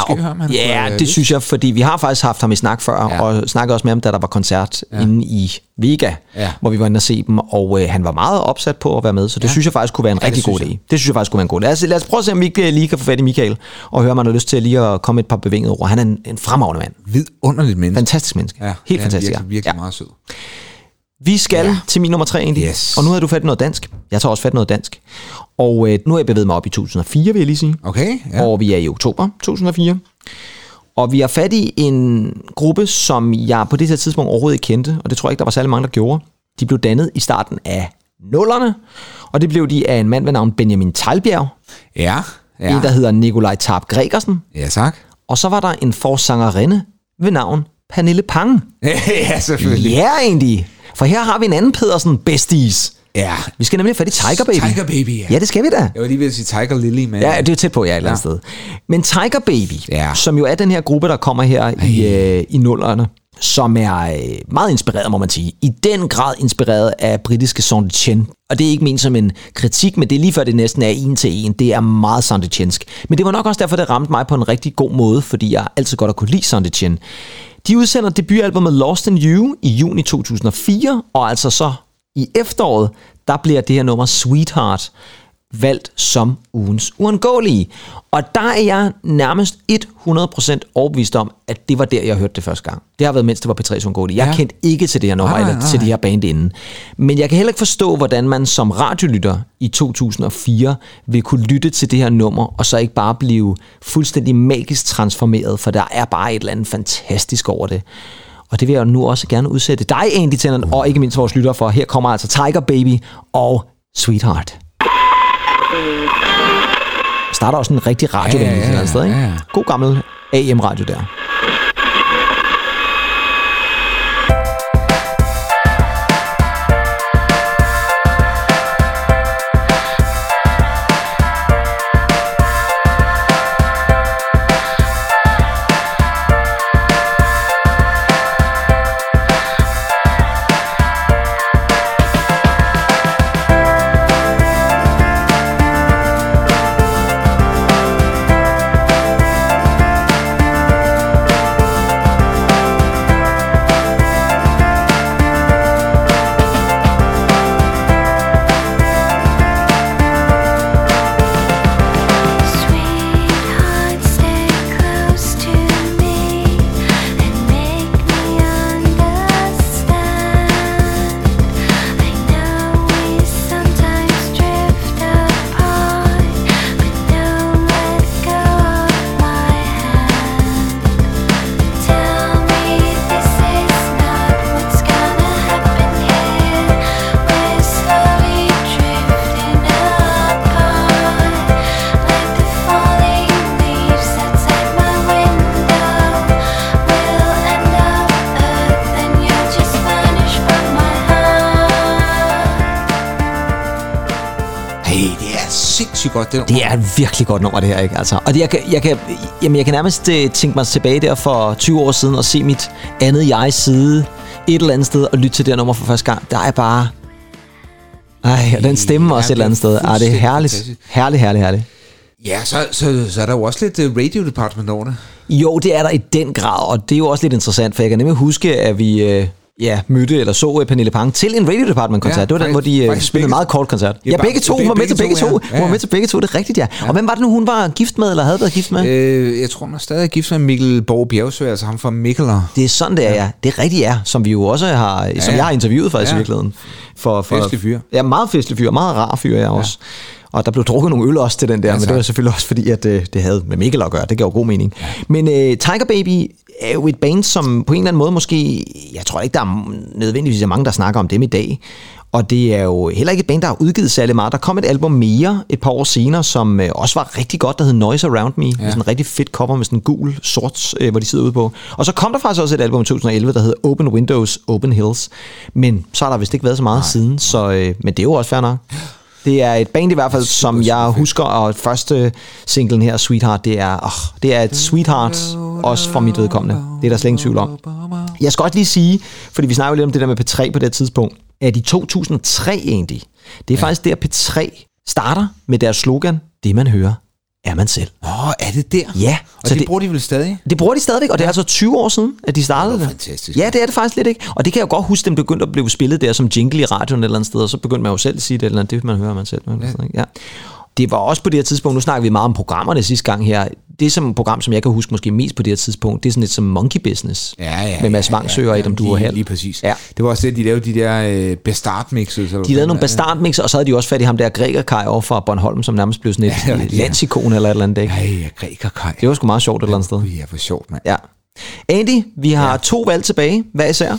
Ja, det synes jeg, fordi vi har faktisk haft ham i snak før, og snakket også med ham, da der var koncert inde i Vega, hvor vi var inde og se dem, og han var meget opsat på at være med, så det synes jeg faktisk kunne være en rigtig god idé. Det synes jeg faktisk kunne være en god idé. Lad os prøve at se, om vi ikke lige kan få fat i Michael, og høre, om han har lyst til lige at komme et par bevingede ord. Han er en fremragende mand. Vidunderligt menneske. Fantastisk menneske. Ja, helt fantastisk. Virkelig meget sød. Vi skal til min nummer 3 egentlig. Yes. Og nu havde du fat i noget dansk. Jeg tager også fat i noget dansk. Og nu er jeg bevæget mig op i 2004, vil jeg lige sige. Okay. Ja. Og vi er i oktober 2004. Og vi har fat i en gruppe, som jeg på det her tidspunkt overhovedet ikke kendte. Og det tror jeg ikke, der var særlig mange, der gjorde. De blev dannet i starten af 00'erne. Og det blev de af en mand ved navn Benjamin Teglbjerg. Ja. En, der hedder Nikolaj Tarp Gregersen. Ja, tak. Og så var der en forsangerinde ved navn Pernille Pang. Ja, selvfølgelig. Ja, egentlig. For her har vi en anden Pedersen besties. Ja. Vi skal nemlig fat i Tiger Baby. Tiger Baby, ja. Ja, det skal vi da. Jeg var lige ved at sige Tiger Lily, men... Ja, det er jo tæt på, et eller andet sted. Men Tiger Baby, som jo er den her gruppe, der kommer her i 00'erne, som er meget inspireret, må man sige. I den grad inspireret af britiske Saint-Etienne. Og det er ikke ment som en kritik, men det er lige før det næsten er 1 til 1. Det er meget Saint-Etiennesk. Men det var nok også derfor, det ramte mig på en rigtig god måde, fordi jeg altid godt har kunne lide Saint-Etienne. De udsender debutalbummet Lost in You i juni 2004, og altså så i efteråret, der bliver det her nummer Sweetheart valgt som ugens uundgåelige. Og der er jeg nærmest 100% overbevist om, at det var der, jeg hørte det første gang. Det har været, mens det var P3's uundgåelige. Jeg kendte ikke til det her nummer, eller til det her band inden. Men jeg kan heller ikke forstå, hvordan man som radiolytter i 2004 vil kunne lytte til det her nummer, og så ikke bare blive fuldstændig magisk transformeret, for der er bare et eller andet fantastisk over det. Og det vil jeg nu også gerne udsætte dig egentlig til, og ikke mindst vores lyttere for. Her kommer altså Tiger Baby og Sweetheart. Starter også en rigtig radiovenlig et eller andet sted, ikke? God gammel AM-radio der. Godt, det er et virkelig godt nummer, det her, ikke? Altså, og jeg kan nærmest tænke mig tilbage der for 20 år siden og se mit andet jeg sidde et eller andet sted og lytte til det her nummer for første gang. Der er bare... og den stemme også et eller andet sted. Det er herligt. Herligt. Ja, så er der jo også lidt radio department over det. Jo, det er der i den grad, og det er jo også lidt interessant, for jeg kan nemlig huske, at vi... mødte eller så Pernille Pang til en Radio Department-koncert. Det var den, hvor de spillede meget kort koncert. Ja, begge to. Hun var med til begge to. Hun var med til begge to, det er rigtigt, ja. Og hvem var det nu, hun var gift med, eller havde været gift med? Jeg tror, hun er stadig gift med Mikkel Borg Bjergsø, altså ham fra Mikkeler. Det er sådan, det er, ja. Det er rigtigt, ja. Som vi jo også har, som jeg har interviewet faktisk i virkeligheden. Festlig fyr. Ja, meget festlig fyr, meget rar fyr, ja også. Og der blev drukket nogle øl også til den der, men det var selvfølgelig også fordi, at det havde med Mikkel at gøre. Det gav jo god mening. Ja. Men Tiger Baby er jo et band, som på en eller anden måde måske... Jeg tror ikke, der er nødvendigvis mange, der snakker om dem i dag. Og det er jo heller ikke et band, der har udgivet særlig meget. Der kom et album mere et par år senere, som også var rigtig godt, der hed Noise Around Me. Med sådan en rigtig fedt cover med sådan en gul sort, hvor de sidder ude på. Og så kom der faktisk også et album i 2011, der hed Open Windows, Open Hills. Men så har der vist ikke været så meget siden, så, men det er jo også fair nok. Det er et band i hvert fald, som jeg husker, og første singlen her, Sweetheart, det er et Sweetheart, også for mit vedkommende. Det er der slet ingen tvivl om. Jeg skal også lige sige, fordi vi snakker jo lidt om det der med P3 på det tidspunkt, at i 2003 egentlig, det er faktisk der P3 starter med deres slogan, det man hører, er man selv. Er det der? Ja. Og det bruger de vel stadig? Det bruger de stadigvæk, og det er altså 20 år siden, at de startede det. Fantastisk. Ja, det er det faktisk lidt, ikke? Og det kan jeg jo godt huske, dem begyndte at blive spillet der som jingle i radioen et eller andet sted, og så begyndte man jo selv at sige det, eller det man hører man selv. Ja. Det var også på det her tidspunkt, nu snakker vi meget om programmerne sidste gang her, det som program, som jeg kan huske måske mest på det her tidspunkt, det er sådan lidt som Monkey Business. Ja, med Mads Vangsø og Adam Duerhall. Lige præcis. Ja. Det var også det, de lavede de der bastardmixes. De lavede nogle bastardmixer, og så havde de også fat i ham der Græker-Kaj over fra Bornholm, som nærmest blev sådan et landsikon eller et eller andet. Ja, Græker-Kaj. Det var sgu meget sjovt et eller andet sted. Ja, for sjovt, mand. Ja. Andy, vi har 2 valg tilbage. Hvad især?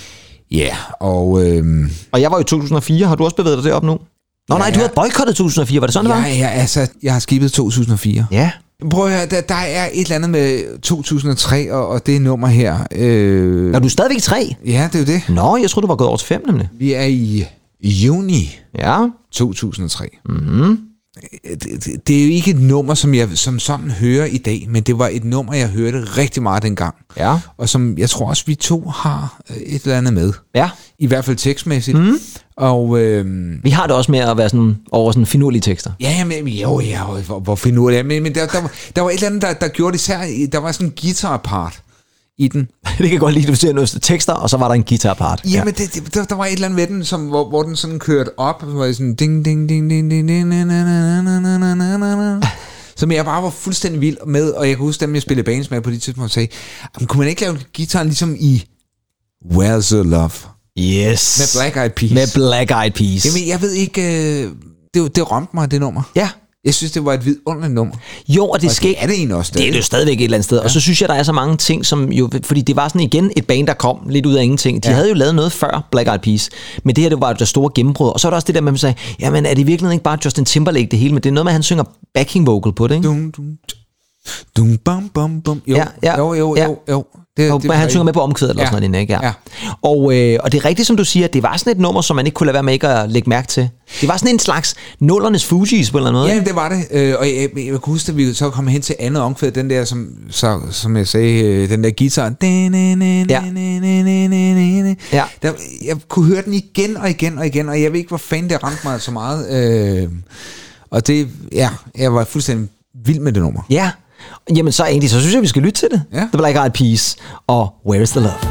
Ja, og... Og jeg var jo 2004. Har du også bevæget dig derop nu? Nej, du havde boykottet 2004, var det sådan, det var? Ja, altså, jeg har skibet 2004. Ja. Prøv at høre, der er et eller andet med 2003, og det nummer her. Er du stadigvæk 3? Ja, det er jo det. Nå, jeg troede, du var gået over til 5, nemlig. Vi er i juni 2003. Mm-hmm. Det er jo ikke et nummer, som jeg som sådan hører i dag, men det var et nummer, jeg hørte rigtig meget dengang. Ja. Og som jeg tror også, vi 2 har et eller andet med. Ja. I hvert fald tekstmæssigt. Mm. Og vi har det også med at være sådan over sådan finurlige tekster. Ja, men hvor finurlige. Men der var et eller andet, der gjorde det især. Der var sådan en guitar part i den. Det kan godt lide, at du ser noget tekster, og så var der en guitar part. Ja, men der var et eller andet ved den, som, hvor den sådan kørte op, og så var det sådan ding, ding, ding, ding, ding, ding, som jeg bare var fuldstændig vild med, og jeg kan huske dem, jeg spillede bands med på det tidspunkt, og sagde, kunne man ikke lave guitaren ligesom i Where's the Love? Yes. Med Black Eyed Peas. Med Black Eyed Peas. Jamen, jeg ved ikke, det ramte mig, det nummer. Ja. Jeg synes, det var et vidunderligt nummer. Jo, og det er det egentlig også stadig. Det er det jo stadigvæk et eller andet sted. Ja. Og så synes jeg, der er så mange ting, som jo... Fordi det var sådan igen et band, der kom lidt ud af ingenting. De havde jo lavet noget før Black Eyed Peas. Men det her, det var det store gennembrud. Og så er der også det der med, at man sagde, jamen er det virkelig ikke bare Justin Timberlake det hele? Men det er noget med, at han synger backing vocal på det, ikke? Dum, bum, bum, bum. Jo. Det han synger med på omkvædet eller sådan noget, ikke? Ja. Og det er rigtigt, som du siger, det var sådan et nummer, som man ikke kunne lade være med ikke at lægge mærke til. Det var sådan en slags nullernes Fugees på en eller anden måde. Ja, det var det. Og jeg kunne huske, at vi så kom hen til andet omkvæd, den der, som jeg sagde, den der guitar. Ja. Jeg kunne høre den igen og igen og igen, og jeg ved ikke, hvor fanden det ramte mig så meget. Og det, jeg var fuldstændig vild med det nummer. Ja. Jamen så egentlig, så synes jeg, vi skal lytte til det. Ja. The Black Eyed Peas og Where is the Love?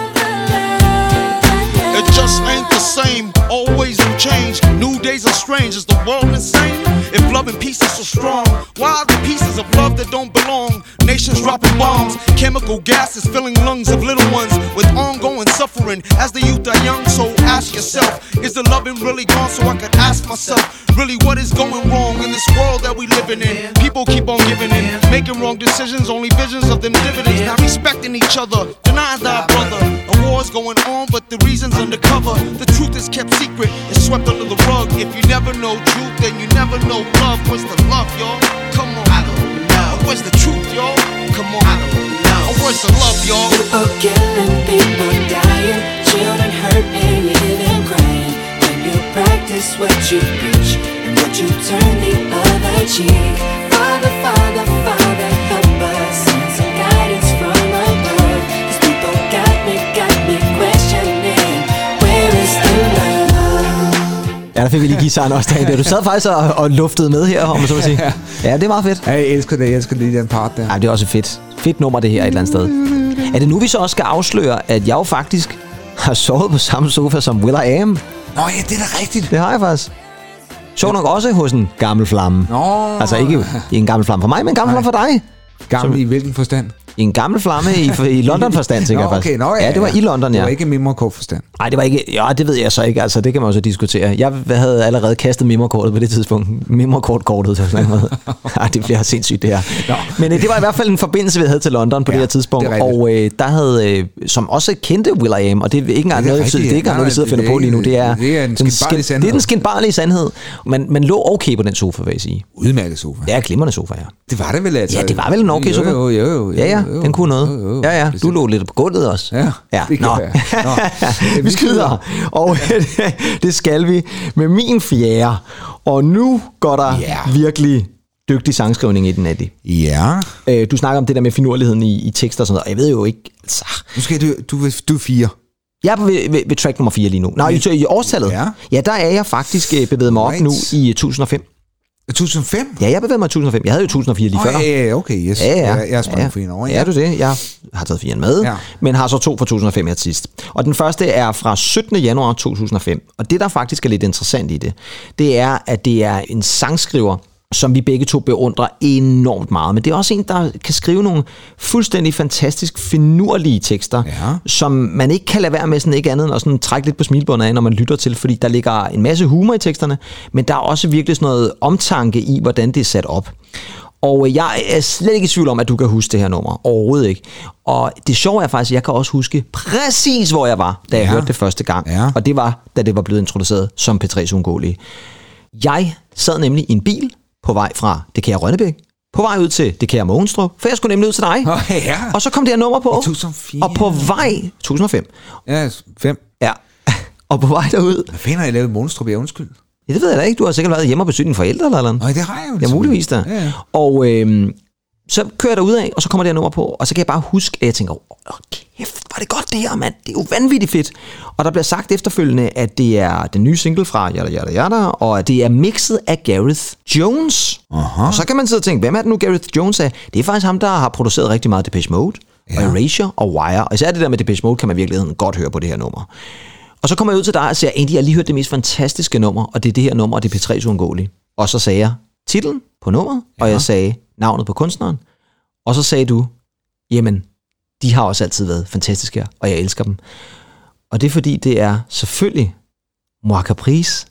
It just ain't the same, always will change. New days are strange, is the world insane? If love and peace is so strong, why are the pieces of love that don't belong? Nations dropping bombs, chemical gases filling lungs of little ones with ongoing suffering as the youth are young. So ask yourself, is the loving really gone? So I could ask myself, really what is going wrong in this world that we living in? People keep on giving in, making wrong decisions, only visions of them dividends. Not respecting each other, denying thy brother. A war's going on, but the reason's undercover. The truth is kept secret, it's swept under the rug. If you never know truth, then you never know love. Where's the love, y'all? Come on. I don't know. Where's the truth, y'all? Come on. I don't know. Where's the love, y'all? People killing, people dying, children hurt, pain, and crying. When you practice what you preach and what you turn the other cheek. Father, Father, Father, help us. Send some guidance from above. 'Cause people got me questioning. Where is the love? Ja, der fik vi lige guitaren også derinde. Du sad faktisk og luftede med her, om man så vil sige. Ja, det er meget fedt. Ja, jeg elsker det, den part der. Ja, det er også fedt. Fedt nummer, det her et eller andet sted. Er det nu, vi så også skal afsløre, at jeg jo faktisk har sovet på samme sofa som Will.i.am. Nå ja, det er da rigtigt. Det har jeg faktisk. Så nok også hos en gammel flamme. Nå. Altså ikke en gammel flamme for mig, men en gammel flamme for dig. Gammel i hvilken forstand? En gammel flamme i London-forstand, sikkert faktisk. Ja, det var i London, ja. Det var ikke mimmerkort-forstand. Nej, det var ikke... Ja, det ved jeg så ikke. Altså, det kan man også diskutere. Jeg havde allerede kastet mimmerkortet på det tidspunkt. Mimmerkortkortet til sådan noget. Nej, det bliver sindssygt, det her. Nå. Men det var i hvert fald en forbindelse, vi havde til London på det her tidspunkt. Og der havde... som også kendte Will.i.am, og det er ikke engang noget, vi sidder og finder på lige nu. Det er den skinbarlige sandhed. Det er den skinbarlige sandhed. Man lå okay på den sofa, vil jeg sige. Udmærket sofa. Ja, glimrende sofa, ja. Det var det vel altså? Ja, det var vel en okay sofa. Jo. Ja, den kunne noget. Ja, du lå lidt på gulvet også. Ja. Det kan være. Vi skal videre. Og det skal vi med min fjerde. Og nu går der virkelig dygtig sangskrivning i den, Eddie. Ja. Du snakker om det der med finurligheden i tekster og sådan noget. Jeg ved jo ikke... Altså. Nu skal du 4. Jeg er ved track nummer 4 lige nu. Nej, i årstallet. Ja, der er jeg faktisk bevæget mig op nu i 2005. 2005? Ja, jeg bevægede mig i 2005. Jeg havde jo 2004 lige før. Ja, okay, yes. Jeg er sprunget for en over. Ja, du det. Jeg har taget 4 med, men har så 2 fra 2005 her til sidst. Og den første er fra 17. januar 2005. Og det, der faktisk er lidt interessant i det er, at det er en sangskriver, som vi begge to beundrer enormt meget. Men det er også en, der kan skrive nogle fuldstændig fantastisk finurlige tekster, som man ikke kan lade være med sådan ikke andet end at sådan trække lidt på smilbåndet af, når man lytter til, fordi der ligger en masse humor i teksterne, men der er også virkelig sådan noget omtanke i, hvordan det er sat op. Og jeg er slet ikke i tvivl om, at du kan huske det her nummer. Overhovedet ikke. Og det sjove er faktisk, at jeg kan også huske præcis, hvor jeg var, da jeg hørte det første gang. Ja. Og det var, da det var blevet introduceret som P3's Uundgåelige. Jeg sad nemlig i en bil på vej fra det kære Rønnebæk, på vej ud til det kære Mogenstrup, for jeg skulle nemlig ud til dig. Og så kom det her nummer på. 2004. Og på vej... 2005. Ja, 5. Ja. Og på vej derud... Hvad fanden har I lavet Mogenstrup? Jeg undskyld. Ja, det ved jeg da ikke. Du har sikkert været hjemme og besøgt dine forældre eller noget. Nej, det har jeg jo. Ja, muligvis da. Ja. Og så kører jeg derud af, og så kommer det her nummer på, og så kan jeg bare huske, at jeg tænker, kæft, var det godt det her, mand. Det er jo vanvittigt fedt. Og der bliver sagt efterfølgende, at det er den nye single fra Yada Yada Yada, og at det er mixet af Gareth Jones. Og så kan man sidde og tænke, hvem er det nu Gareth Jones er? Det er faktisk ham, der har produceret rigtig meget Depeche Mode, og Erasure og Wire. Og især det der med Depeche Mode kan man virkelig godt høre på det her nummer. Og så kommer jeg ud til dig og siger, Andy, jeg har lige hørt det mest fantastiske nummer, og det er det her nummer, og det er P3's Uundgåelige. Og så sagde jeg titlen på nummeret, og jeg sagde navnet på kunstneren. Og så sagde du, jamen, de har også altid været fantastiske, og jeg elsker dem. Og det er fordi, det er selvfølgelig Moi Caprice,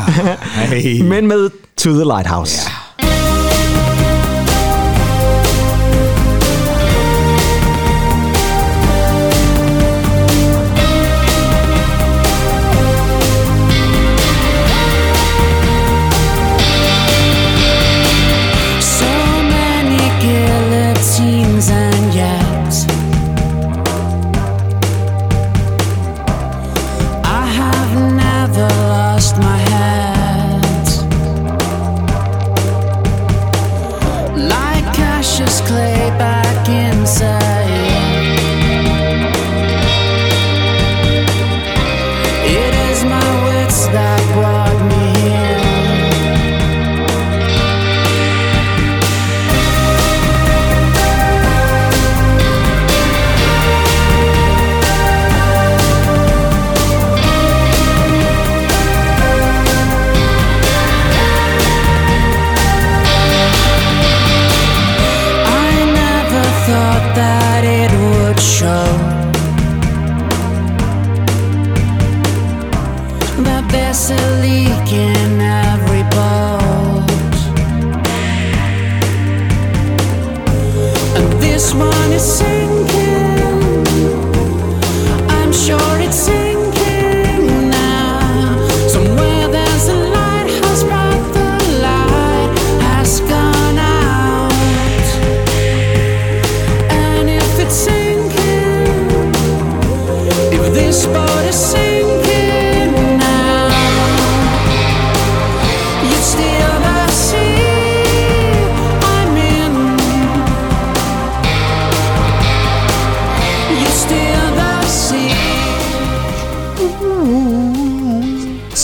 men med To the Lighthouse. Ja.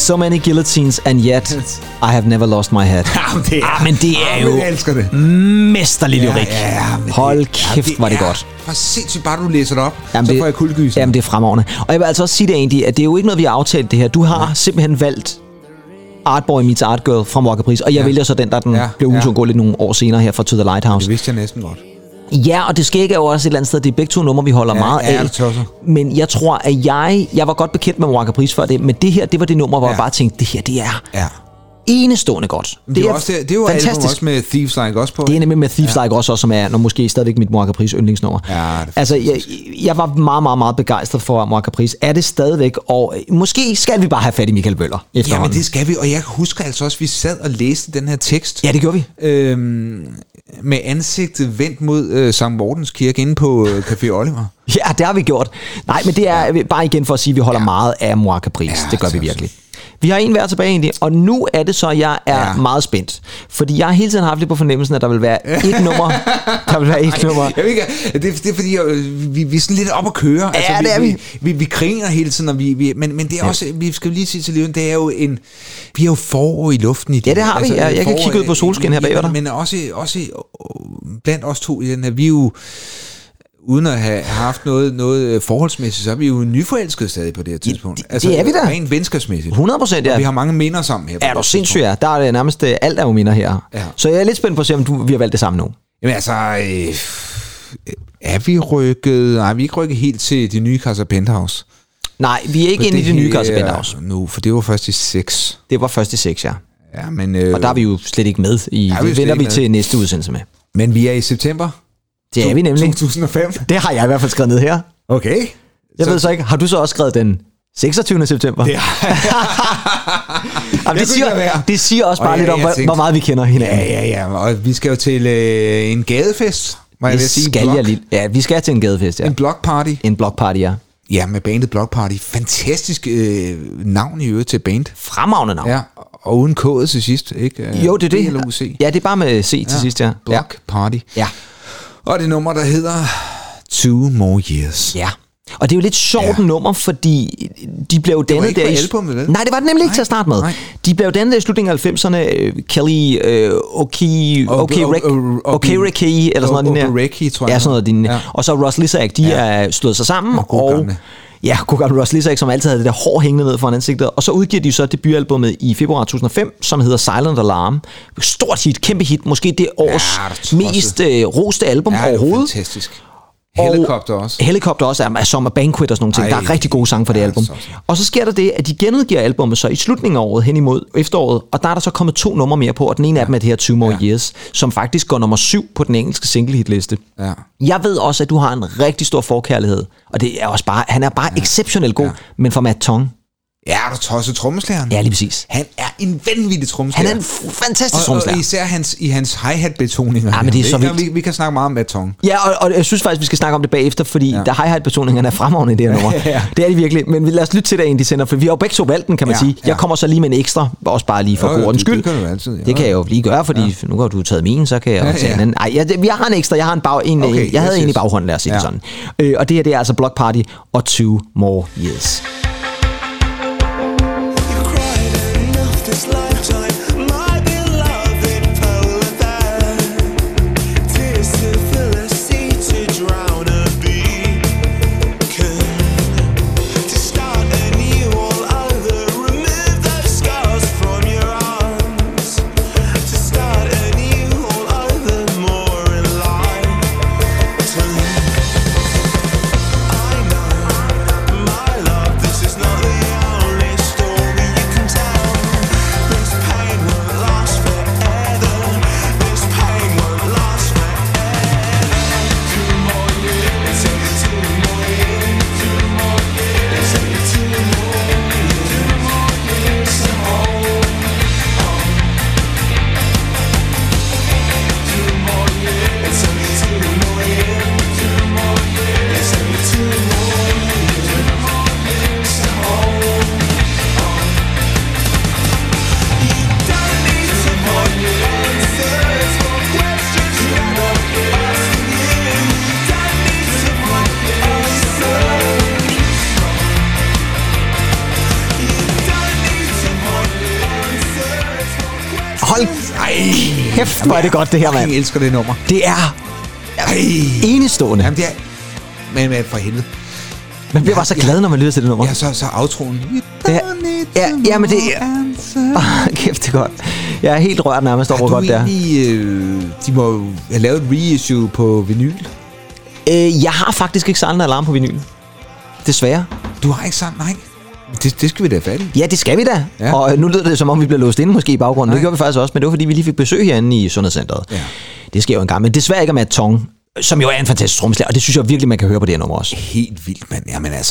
So many guillotines, and yet I have never lost my head. Men det er jo mesterlig lyrik. Hold kæft, var det godt. For sindssygt, bare du læser det op, så får jeg kuldegysning. Jamen, det er fremragende. Og jeg vil altså også sige det egentlig, at det er jo ikke noget, vi har aftalt det her. Du har simpelthen valgt Artboy Meets Artgirl fra Walker Pris, og jeg vælger så den, der blev uundgåeligt nogle år senere her fra To The Lighthouse. Det vidste jeg næsten godt. Ja, og det skægge er jo også et eller andet sted, det er begge to numre, vi holder meget af. Men jeg tror, at jeg var godt bekendt med Walker Pris før det, men det her, det var det nummer, hvor jeg bare tænkte, det her, det er enestående godt. Det er jo fantastisk. Også med Thieves Like Us på. Det er nemlig med Thieves Like Us også, som er måske stadigvæk mit Walker Pris yndlingsnummer. Altså, jeg var meget, meget, meget begejstret for Walker Pris. Er det stadigvæk, og måske skal vi bare have fat i Michael Bøller efterhånden. Ja, men det skal vi, og jeg husker altså også, at vi sad og læste den her tekst. Ja, det gjorde vi. Med ansigtet vendt mod Sankt Mortens Kirke inde på Café Oliver. Ja, det har vi gjort. Nej, men det er bare igen for at sige, at vi holder meget af Walker Pris. Det gør vi virkelig. Vi har en hver tilbage egentlig, og nu er det så, jeg er meget spændt. Fordi jeg har hele tiden haft lidt på fornemmelsen, at der vil være et nummer. Der vil være et nummer. Jeg ved ikke, det er fordi, vi er sådan lidt op at køre. Ja, altså, det er vi griner hele tiden, og men det er også, vi skal jo lige sige til livet, det er jo vi har jo forår i luften i det. Ja, det har vi. Jeg kan kigge ud på solskin her bagved dig. Men også blandt os to i den her, vi er jo uden at have haft noget forholdsmæssigt, så er vi jo nyforelskede stadig på det her tidspunkt. Altså, det er vi da. Rent venskabsmæssigt. 100%, ja. Og vi har mange minder sammen her. Er du sindssygt, ja. Der er det nærmest alt er jo minder her. Ja. Så jeg er lidt spændt på at se, om vi har valgt det samme nu. Jamen altså, er vi rykket... Nej, vi er ikke rykket helt til det nye Casa Penthouse. Nej, vi er ikke inde i det nye Casa Penthouse. Nu, for det var først i 6. Det var først i 6, ja. Ja, men... og der er vi jo slet ikke med. Vi vender vi til næste udsendelse med. Men vi er i september. Det er vi nemlig. 2005. Det har jeg i hvert fald skrevet ned her. Okay. Jeg ved så ikke, har du så også skrevet den 26. september? Det det siger også bare lidt om, hvor meget vi kender hinanden. Ja. Og vi skal jo til en gadefest, må jeg vil sige. Vi skal til en gadefest, ja. En blockparty. En blockparty, ja. Ja, med bandet Blockparty. Fantastisk navn i øvrigt til band. Fremragende navn. Ja, og uden K'et til sidst, ikke? Jo, det er det. BLUC. Ja, det er bare med C til sidst, ja. Blockparty. Ja. Og det nummer, der hedder 2 More Years. Ja. Og det er jo lidt sjovt nummer, fordi de blev dannet der i albumet, vel? Nej, det var det nemlig ikke til at starte med. Nej. De blev dannet i slutningen af 90'erne. Kelly Okereke eller sådan noget. Okereke, tror jeg. Ja, sådan noget lignende. Ja. Og så Ross Lizak, de er slået sig sammen. God gamle Ross Lizak, som altid havde det der hår hængende ned foran ansigtet. Og så udgiver de så debutalbummet i februar 2005, som hedder Silent Alarm. Stort hit, kæmpe hit. Måske det års mest roste album overhovedet. Fantastisk. Helicopter også er Summer Banquet og sådan nogle ting. Der er rigtig gode sange for det album. Og så sker der det, at de genudgiver albumet så i slutningen af året hen imod efteråret, og der er der så kommet 2 numre mere på, og den ene af dem er det her 2 More Years, som faktisk går nummer 7 på den engelske singlehitliste. Ja. Jeg ved også, at du har en rigtig stor forkærlighed, og det er også bare, han er bare exceptionelt god, men for Matt Tong. Ja, er du tosset trommeslageren? Ja, lige præcis. Han er en vanvittig trommeslager. Han er en fantastisk trommeslager. Og især i hans hi-hat-betoninger. Ja, men det er så vildt. Vi kan snakke meget om Matt Tong. Ja, og jeg synes faktisk, vi skal snakke om det bagefter, fordi der hi-hat-betoningerne er fremragende i det her nummer. Det er de virkelig. Men lad os lytte til det, inden de sender, for vi har jo begge to valgt den, kan man sige. Jeg kommer så lige med en ekstra, også bare lige for god ordens skyld. Det kan du altid. Det kan jeg jo lige gøre, fordi nu har du taget min, så kan jeg også tage en anden. Nej, jeg har en ekstra. Jeg har jeg havde en i baghånden, lad os sige det sådan. Og det her, det er altså Blockparty og 2 More Years. This Hold kæft, hvor er det godt, det her, mand. Jeg elsker det nummer. Det er enestående. Jamen, det er... Men for helvede. Man bliver bare så glad, når man lytter til det nummer. Ja, så outroen. Ja, men det er... kæft, det er godt. Jeg er helt rørt nærmest over godt der. De må jo have lavet et reissue på vinyl. Jeg har faktisk ikke samlet alarm på vinyl. Desværre. Du har ikke samlet? Nej. Det skal vi da fat i. Ja, det skal vi da. Ja. Og nu lyder det, som om vi bliver låst inde måske i baggrunden. Nej. Det gjorde vi faktisk også, men det var fordi, vi lige fik besøg herinde i Sundhedscenteret. Ja. Det sker jo en gang, men desværre ikke med Tong, som jo er en fantastisk trommeslager, og det synes jeg virkelig, man kan høre på det her nummer også. Helt vildt, mand. Jamen altså...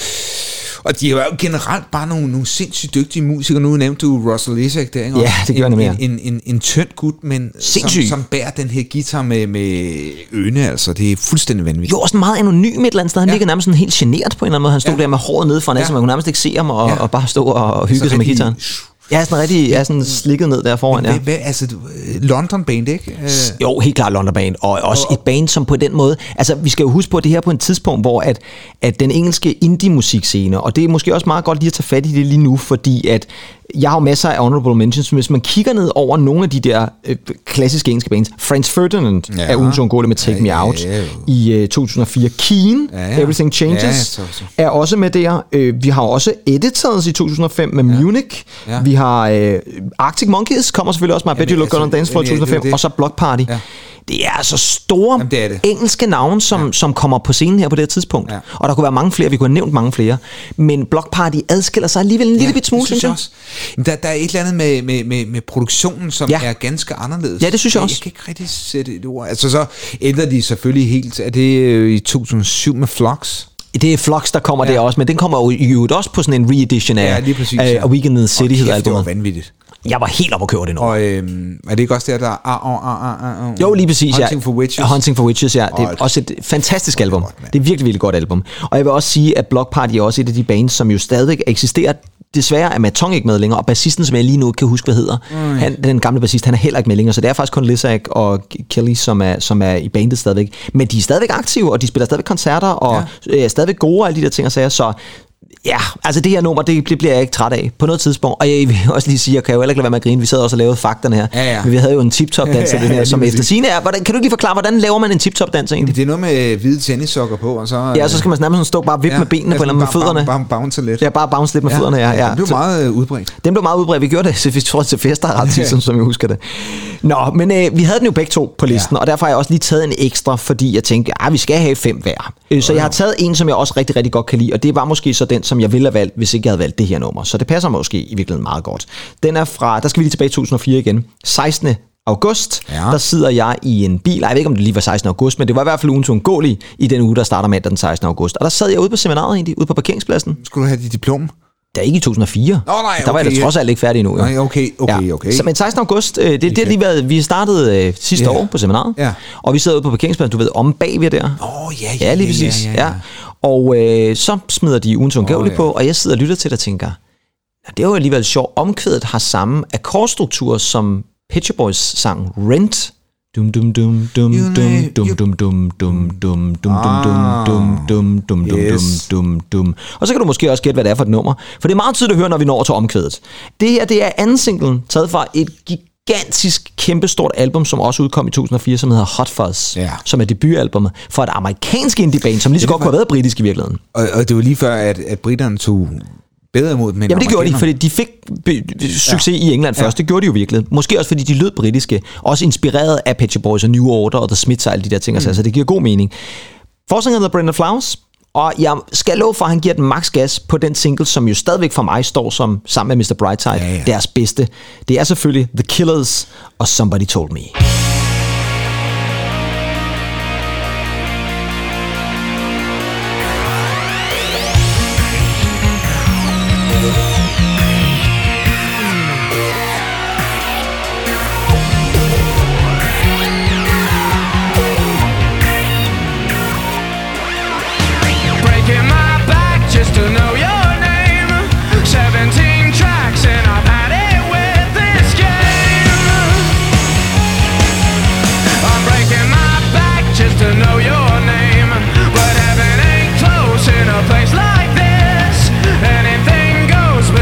Og de er jo generelt bare nogle sindssygt dygtige musikere. Nu nævnte du Russell Isaac der, ikke? Ja, det gør han mere. En tynd gut, men som bærer den her guitar med øjne, altså. Det er fuldstændig vanvittigt. Jo, også meget anonym et eller andet sted. Han ligger nærmest sådan helt genert på en eller anden måde. Han stod der med håret nede foran, så man kunne nærmest ikke se ham og bare stå og hygge sig med guitaren. Jeg er sådan rigtig sådan slikket ned der foran, ja. Altså, London Band, ikke? Jo, helt klart London Band. Og også et band, som på den måde... Altså, vi skal jo huske på, at det her på et tidspunkt, hvor at den engelske indie-musikscene, og det er måske også meget godt lige at tage fat i det lige nu, fordi at jeg har jo masser af honorable mentions, hvis man kigger ned over nogle af de der klassiske engelske bands. Franz Ferdinand er uundgåeligt med Take Me Out i 2004. Keen, Everything Changes, er også med der. Vi har også Editors i 2005 med Munich. Vi har Arctic Monkeys, kommer selvfølgelig også med I Bet You Look Good on Dance Floor i 2005, og så Block Party. Ja. Det er altså store engelske navne, som kommer på scenen her på det her tidspunkt. Ja. Og der kunne være mange flere, vi kunne have nævnt mange flere. Men Block Party adskiller sig alligevel en lille bit smule, synes jeg. Også. Der er et eller andet med produktionen, som er ganske anderledes. Ja, det synes jeg også. Jeg kan ikke rigtig sætte et ord. Altså så ændrer de selvfølgelig helt. Er det i 2007 med Flux? Det er Flux, der kommer der også, men den kommer jo også på sådan en re-edition af A Weekend in the City, hedder albumet. Det var vanvittigt. Jeg var helt oppe at køre det nu. Og er det ikke også der Jo, lige præcis, Hunting for Witches. Hunting for Witches, ja. Det er også et fantastisk album. Det er virkelig, virkelig godt album. Og jeg vil også sige, at Block Party er også et af de bands, som jo stadigvæk eksisterer. Desværre er Matt Tong ikke med længere, og bassisten, som jeg lige nu kan huske, hvad hedder, den gamle bassist, han er heller ikke med længere, så det er faktisk kun Lizak og Kelly, som er i bandet stadigvæk. Men de er stadigvæk aktive, og de spiller stadigvæk koncerter, og er stadigvæk gode og alle de der ting og sager, så ja, altså det her nummer, det bliver jeg ikke træt af på noget tidspunkt. Og jeg vil også lige sige, jeg kan jo heller ikke lade være med at grine. Vi sad også og lavede fakterne her. Men vi havde jo en tip-top-danser, den her, som efter sigende er. Kan du ikke lige forklare, hvordan laver man en tip-top-danser egentlig? Det er noget med hvide tennissokker på, og så... Ja, så skal man nærmest stå bare vippe med benene på eller med fødderne. Bare bounce lidt. Ja, bare bounce lidt med fødderne, ja. Det blev meget udbredt. Den blev meget udbredt. Vi gjorde det, vi tror til fester ret tit, som jeg husker det. Nå, men vi havde den jo begge to på listen, og derfor har jeg også lige taget en ekstra, fordi jeg tænkte, vi skal have 5 hver. Så jeg har taget en, som jeg også rigtig, rigtig godt kan lide, og det var måske så den, som jeg ville have valgt, hvis ikke jeg havde valgt det her nummer. Så det passer måske i virkeligheden meget godt. Den er fra, der skal vi lige tilbage i 2004 igen, 16. august. Der sidder jeg i en bil, jeg ved ikke, om det lige var 16. august, men det var i hvert fald uundgåeligt i den uge, der starter mandag den 16. august. Og der sad jeg ude på seminaret egentlig, ude på parkeringspladsen. Skulle du have dit diplom? Det er ikke i 2004. Der var jeg da trods alt ikke færdig endnu. Nej, okay. Så, men 16. august, det har lige været, vi startede sidste år på seminaret, og vi sidder ude på parkeringspladsen, du ved, om bagved der. Ja, lige præcis. Ja. Og så smider de ugens ungævligt på, og jeg sidder og lytter til det og tænker, det er jo alligevel sjovt. Omkvædet har samme akkordstruktur som Pet Shop Boys sang Rent. Dum dum dum dum dum dum dum dum dum dum dum dum dum dum dum dum. Og så kan du måske også gætte, hvad det er for et nummer, for det er meget tydeligt at høre, når vi når til omkvædet. Det her, det er anden singlen taget fra et gigantisk, kæmpestort album, som også udkom i 2004, som hedder Hot Fuzz, som er debutalbummet for et amerikansk indie-band, som lige så godt kunne have været britisk i virkeligheden. Og det var lige før, at britterne tog bedre imod dem. Jamen det gjorde de, fordi de fik succes i England først. Det gjorde de jo virkelig. Måske også fordi de lød britiske, også inspireret af Pet Shop Boys og New Order og The Smiths og alle de der ting, så det giver god mening. Forsangeren hedder Brendan Flowers, og jeg skal love for, at han giver den max gas på den single, som jo stadigvæk for mig står som, sammen med Mr. Brightside, deres bedste. Det er selvfølgelig The Killers og Somebody Told Me. Place like this, anything goes.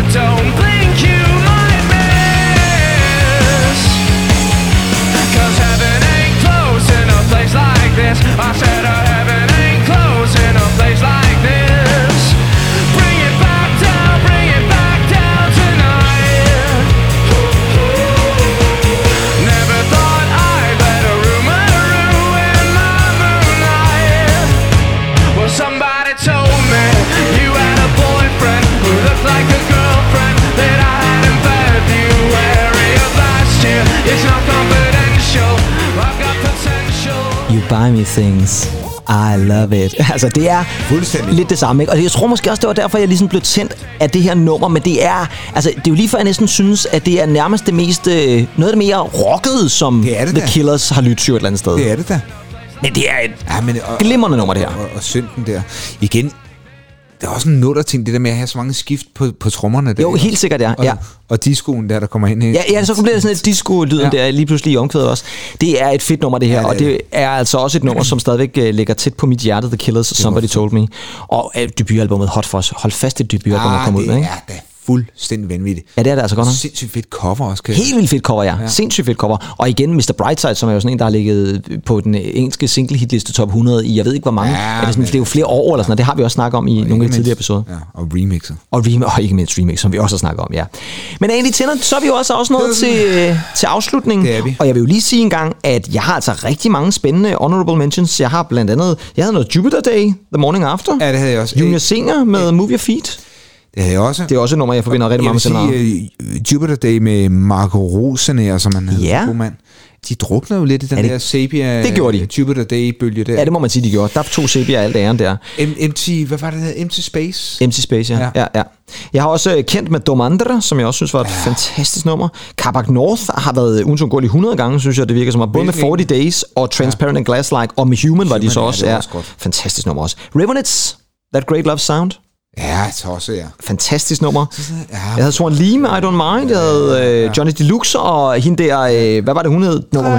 buy me things. I love it. Altså, det er lidt det samme, ikke? Og jeg tror måske også, det var derfor, jeg ligesom blev tændt af det her nummer, men det er jo lige før, jeg næsten synes, at det er nærmest det mest, noget af det mere rockede, som The Killers har lyttet et eller andet sted. Det er det da. Men det er et glimrende nummer, det her. Og synden der. Igen, der er også en nutterting, det der med at have så mange skift på trommerne. Der, jo, helt sikkert, ja. Og discoen der kommer ind. Ja, så bliver det sådan et disco-lyden der lige pludselig i omkvædet også. Det er et fedt nummer, det her, og det er altså også et nummer, som stadigvæk ligger tæt på mit hjerte, The Killers, Somebody Told Me. Og debutalbummet Hot Fuzz. Hold fast, det debutalbum, der kom ud med, ikke? Ja, fuldstændig vanvittigt. Ja, det er det altså godt nok. Sindssygt fedt cover også. Helt vildt fedt cover, ja. Sindssygt fedt cover. Og igen, Mr. Brightside, som er jo sådan en, der har ligget på den engelske single-hitliste top 100 i, jeg ved ikke hvor mange. Det er jo flere år eller sådan noget. Det har vi også snakket om i nogle af de tidligere episoder. Ja, og remixer. Og ikke mindst remix, som vi også har snakket om, ja. Men egentlig tænder, så er vi jo også nået til afslutningen. Det er vi. Og jeg vil jo lige sige en gang, at jeg har altså rigtig mange spændende honorable mentions. Jeg har blandt andet, jeg havde noget Jupiter Day, The Morning After. Ja, det havde jeg også. Junior Singer med Move Your Feet. Det havde jeg også. Det er også et nummer, jeg forbinder rigtig meget med sådan Jupiter Day med Marco Rosener, som han havde en god mand. De drukner jo lidt i den der Sepia. Det gjorde de. Jupiter Day-bølge der. Ja, det må man sige, de gjorde. Der tog Sepia alt æren der. Hvad var det der? MC Space? MC Space, ja. Jeg har også kendt med Domandre, som jeg også synes var et fantastisk nummer. Carbac North har været uundgåeligt 100 gange, synes jeg, det virker som. Både med 40 Days og Transparent and Glass-like, og med Human var de så også. Ja, fantastisk nummer også. Rivernets, That Great Love Sound. Ja, også, ja. Fantastisk nummer. Jeg havde Swan Lee med I Don't Mind. Jeg havde Johnny Deluxe og hende der, hvad var det, hun hed?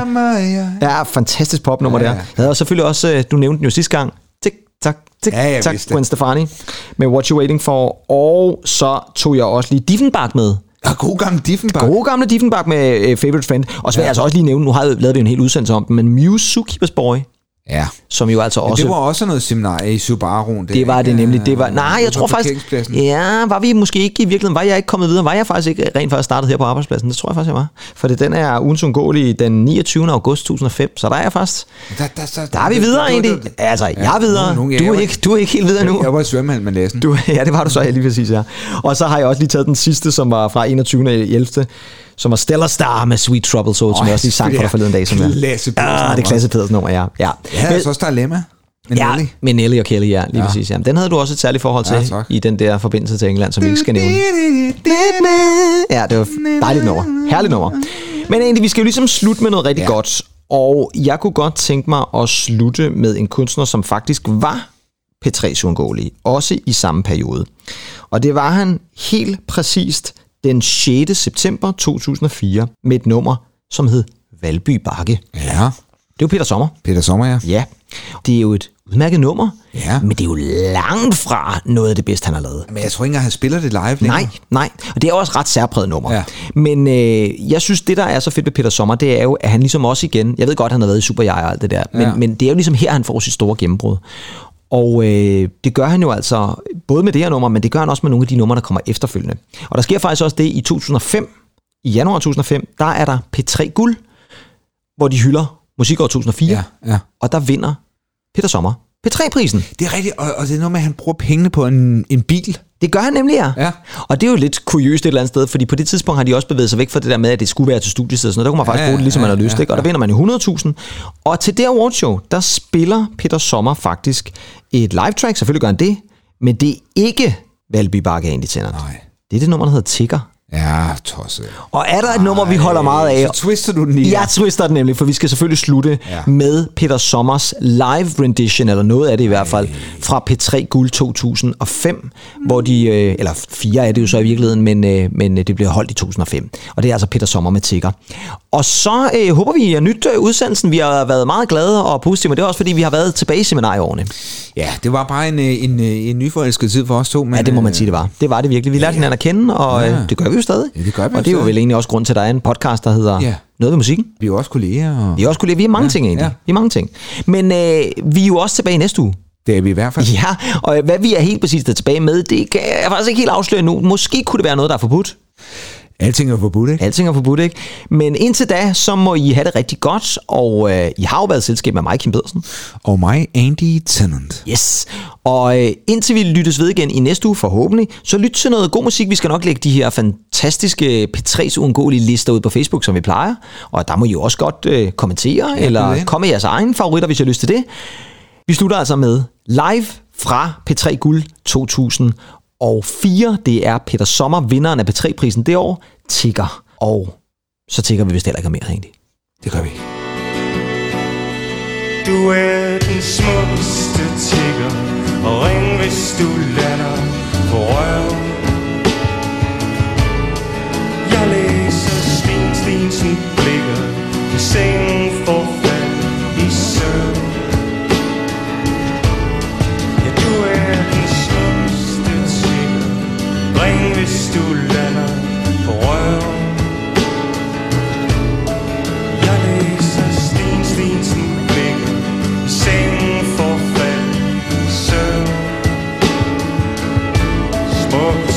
Ja, fantastisk popnummer der. Jeg havde selvfølgelig også, du nævnte den jo sidste gang, tak, Gwen Stefani med What You Waiting For. Og så tog jeg også lige Diefenbach med. Ja, god gamle Diefenbach med Favorite Friend. Og så vil jeg altså også lige nævne, nu har jeg lavet en hel udsendelse om den, men Muse Zookeeper's Boy. Ja. Som jo altså også... Det var også noget seminarie i Subaru'en. Det var det nemlig. Det var, nej, jeg tror faktisk... Ja, var vi måske ikke i virkeligheden... Var jeg ikke kommet videre? Var jeg faktisk ikke rent faktisk startet her på arbejdspladsen? Det tror jeg faktisk, jeg var. For den er uundgåelig den 29. august 2005. Så der er jeg faktisk... Der er vi videre egentlig. Altså, jeg er videre. Du er ikke helt videre nu. Jeg var i svømmehallen med næsen. Ja, det var du så lige præcis, ja. Og så har jeg også lige taget den sidste, som var fra 21.11., som var Stellar Star med Sweet Trouble Soul, som jeg også lige sang for dig forleden dag. Som det er Klasse Peders nummer, ja. Ja, så også der er Lemma. Med Nelly og Kelly, ja, lige præcis. Ja. Den havde du også et særligt forhold til i den der forbindelse til England, som vi ikke skal nævne. Ja, det var dejligt nummer. Herligt nummer. Men egentlig, vi skal jo ligesom slutte med noget rigtig godt. Og jeg kunne godt tænke mig at slutte med en kunstner, som faktisk var P3's uundgåelige, også i samme periode. Og det var han helt præcist den 6. september 2004 med et nummer, som hed Valby Bakke. Ja. Det er jo Peter Sommer. Peter Sommer, ja. Ja, det er jo et udmærket nummer, men det er jo langt fra noget af det bedste, han har lavet. Men jeg tror ikke engang, han spiller det live længere. Nej, og det er også ret særpræget nummer. Ja. Men jeg synes, det der er så fedt ved Peter Sommer, det er jo, at han ligesom også igen, jeg ved godt, han har været i Super-Jeg og alt det der, men det er jo ligesom her, han får sit store gennembrud. Og det gør han jo altså, både med det her nummer, men det gør han også med nogle af de numre, der kommer efterfølgende. Og der sker faktisk også det i 2005, i januar 2005, der er der P3 Guld, hvor de hylder Musikår 2004, og der vinder Peter Sommer P3-prisen. Det er rigtigt, og det er noget med, at han bruger pengene på en bil. Det gør han nemlig, ja. Og det er jo lidt kuriøst et eller andet sted, fordi på det tidspunkt har de også bevæget sig væk fra det der med, at det skulle være til studiested, så der kunne man faktisk bruge det, ligesom man har lyst, ikke? Og der vinder man jo 100.000. Og til det awardshow, der spiller Peter Sommer faktisk et live-track, selvfølgelig gør han det, men det er ikke Valby Bakke egentlig tænder. Nej. Det er det nummer, der hedder Tigger. Ja, tosset. Og er der et nummer, vi holder meget af? Så twister du den i. Jeg twister den nemlig, for vi skal selvfølgelig slutte med Peter Sommers live rendition, eller noget af det i hvert fald, fra P3 Guld 2005, hvor de, eller 4 er det jo så i virkeligheden, men det bliver holdt i 2005. Og det er altså Peter Sommer med Tigger. Og så håber vi, at nyt udsendelsen. Vi har været meget glade og positive, men det er også fordi, vi har været tilbage i seminarieårene. Ja, det var bare en nyforelsket tid for os to. Men, ja, det må man sige, det var. Det var det virkelig. Vi lærte hinanden at kende, og det gør vi jo stadig. Ja, det gør vi. Og det er jo vel egentlig også grund til, at der er en podcast, der hedder Noget ved musikken. Vi er jo også kolleger. Vi er også kolleger. Vi er mange ting egentlig. Ja. Vi er mange ting. Men vi er jo også tilbage næste uge. Det er vi i hvert fald. Ja, og hvad vi er helt præcis tilbage med, det kan jeg faktisk ikke helt afsløre nu. Måske kunne det være noget, der er forbudt. Alting er forbudt, ikke? Alting er forbudt, ikke? Men indtil da, så må I have det rigtig godt, og I har jo været selskab med mig, Kim Pedersen. Og mig, Andy Tennant. Yes. Og indtil vi lyttes ved igen i næste uge, forhåbentlig, så lyt til noget god musik. Vi skal nok lægge de her fantastiske P3's uundgåelige lister ud på Facebook, som vi plejer. Og der må I jo også godt kommentere, eller komme med jeres egen favoritter, hvis I har lyst til det. Vi slutter altså med live fra P3 Guld 2004. Det er Peter Sommer, vinderen af P3-prisen det år, tigger. Og så tigger vi vist heller ikke mere, egentlig. Det gør vi. Du er den smukkeste tigger, og ring hvis du lander på røven. Jeg læser Sten Stensen blikker i sengen forfald i søvn. Ja, du er den smukkeste tigger, ring hvis du lander på røven. Jeg læser Sten Stensen blikker i sengen forfald i søvn. Smukt.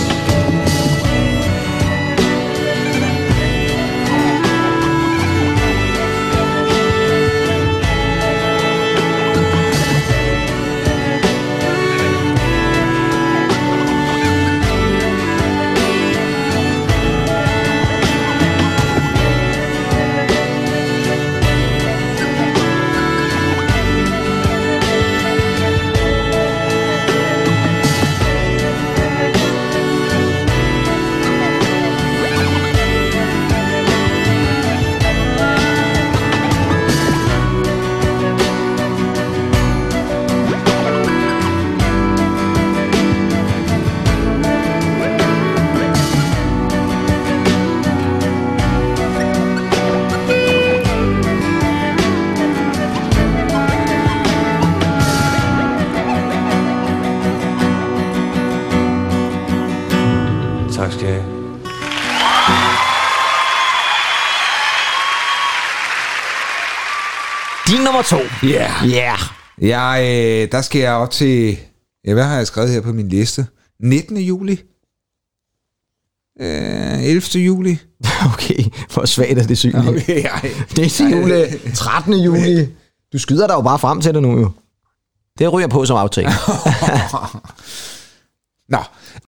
Tak skal jeg. Din nummer 2. Ja. Yeah. Der skal jeg op til... Ja, hvad har jeg skrevet her på min liste? 19. juli? 11. juli? Okay, hvor svagt er det synligt. Okay, 19. juli, 13. juli. Du skyder dig jo bare frem til det nu, jo. Det ryger på som aftale. Nå,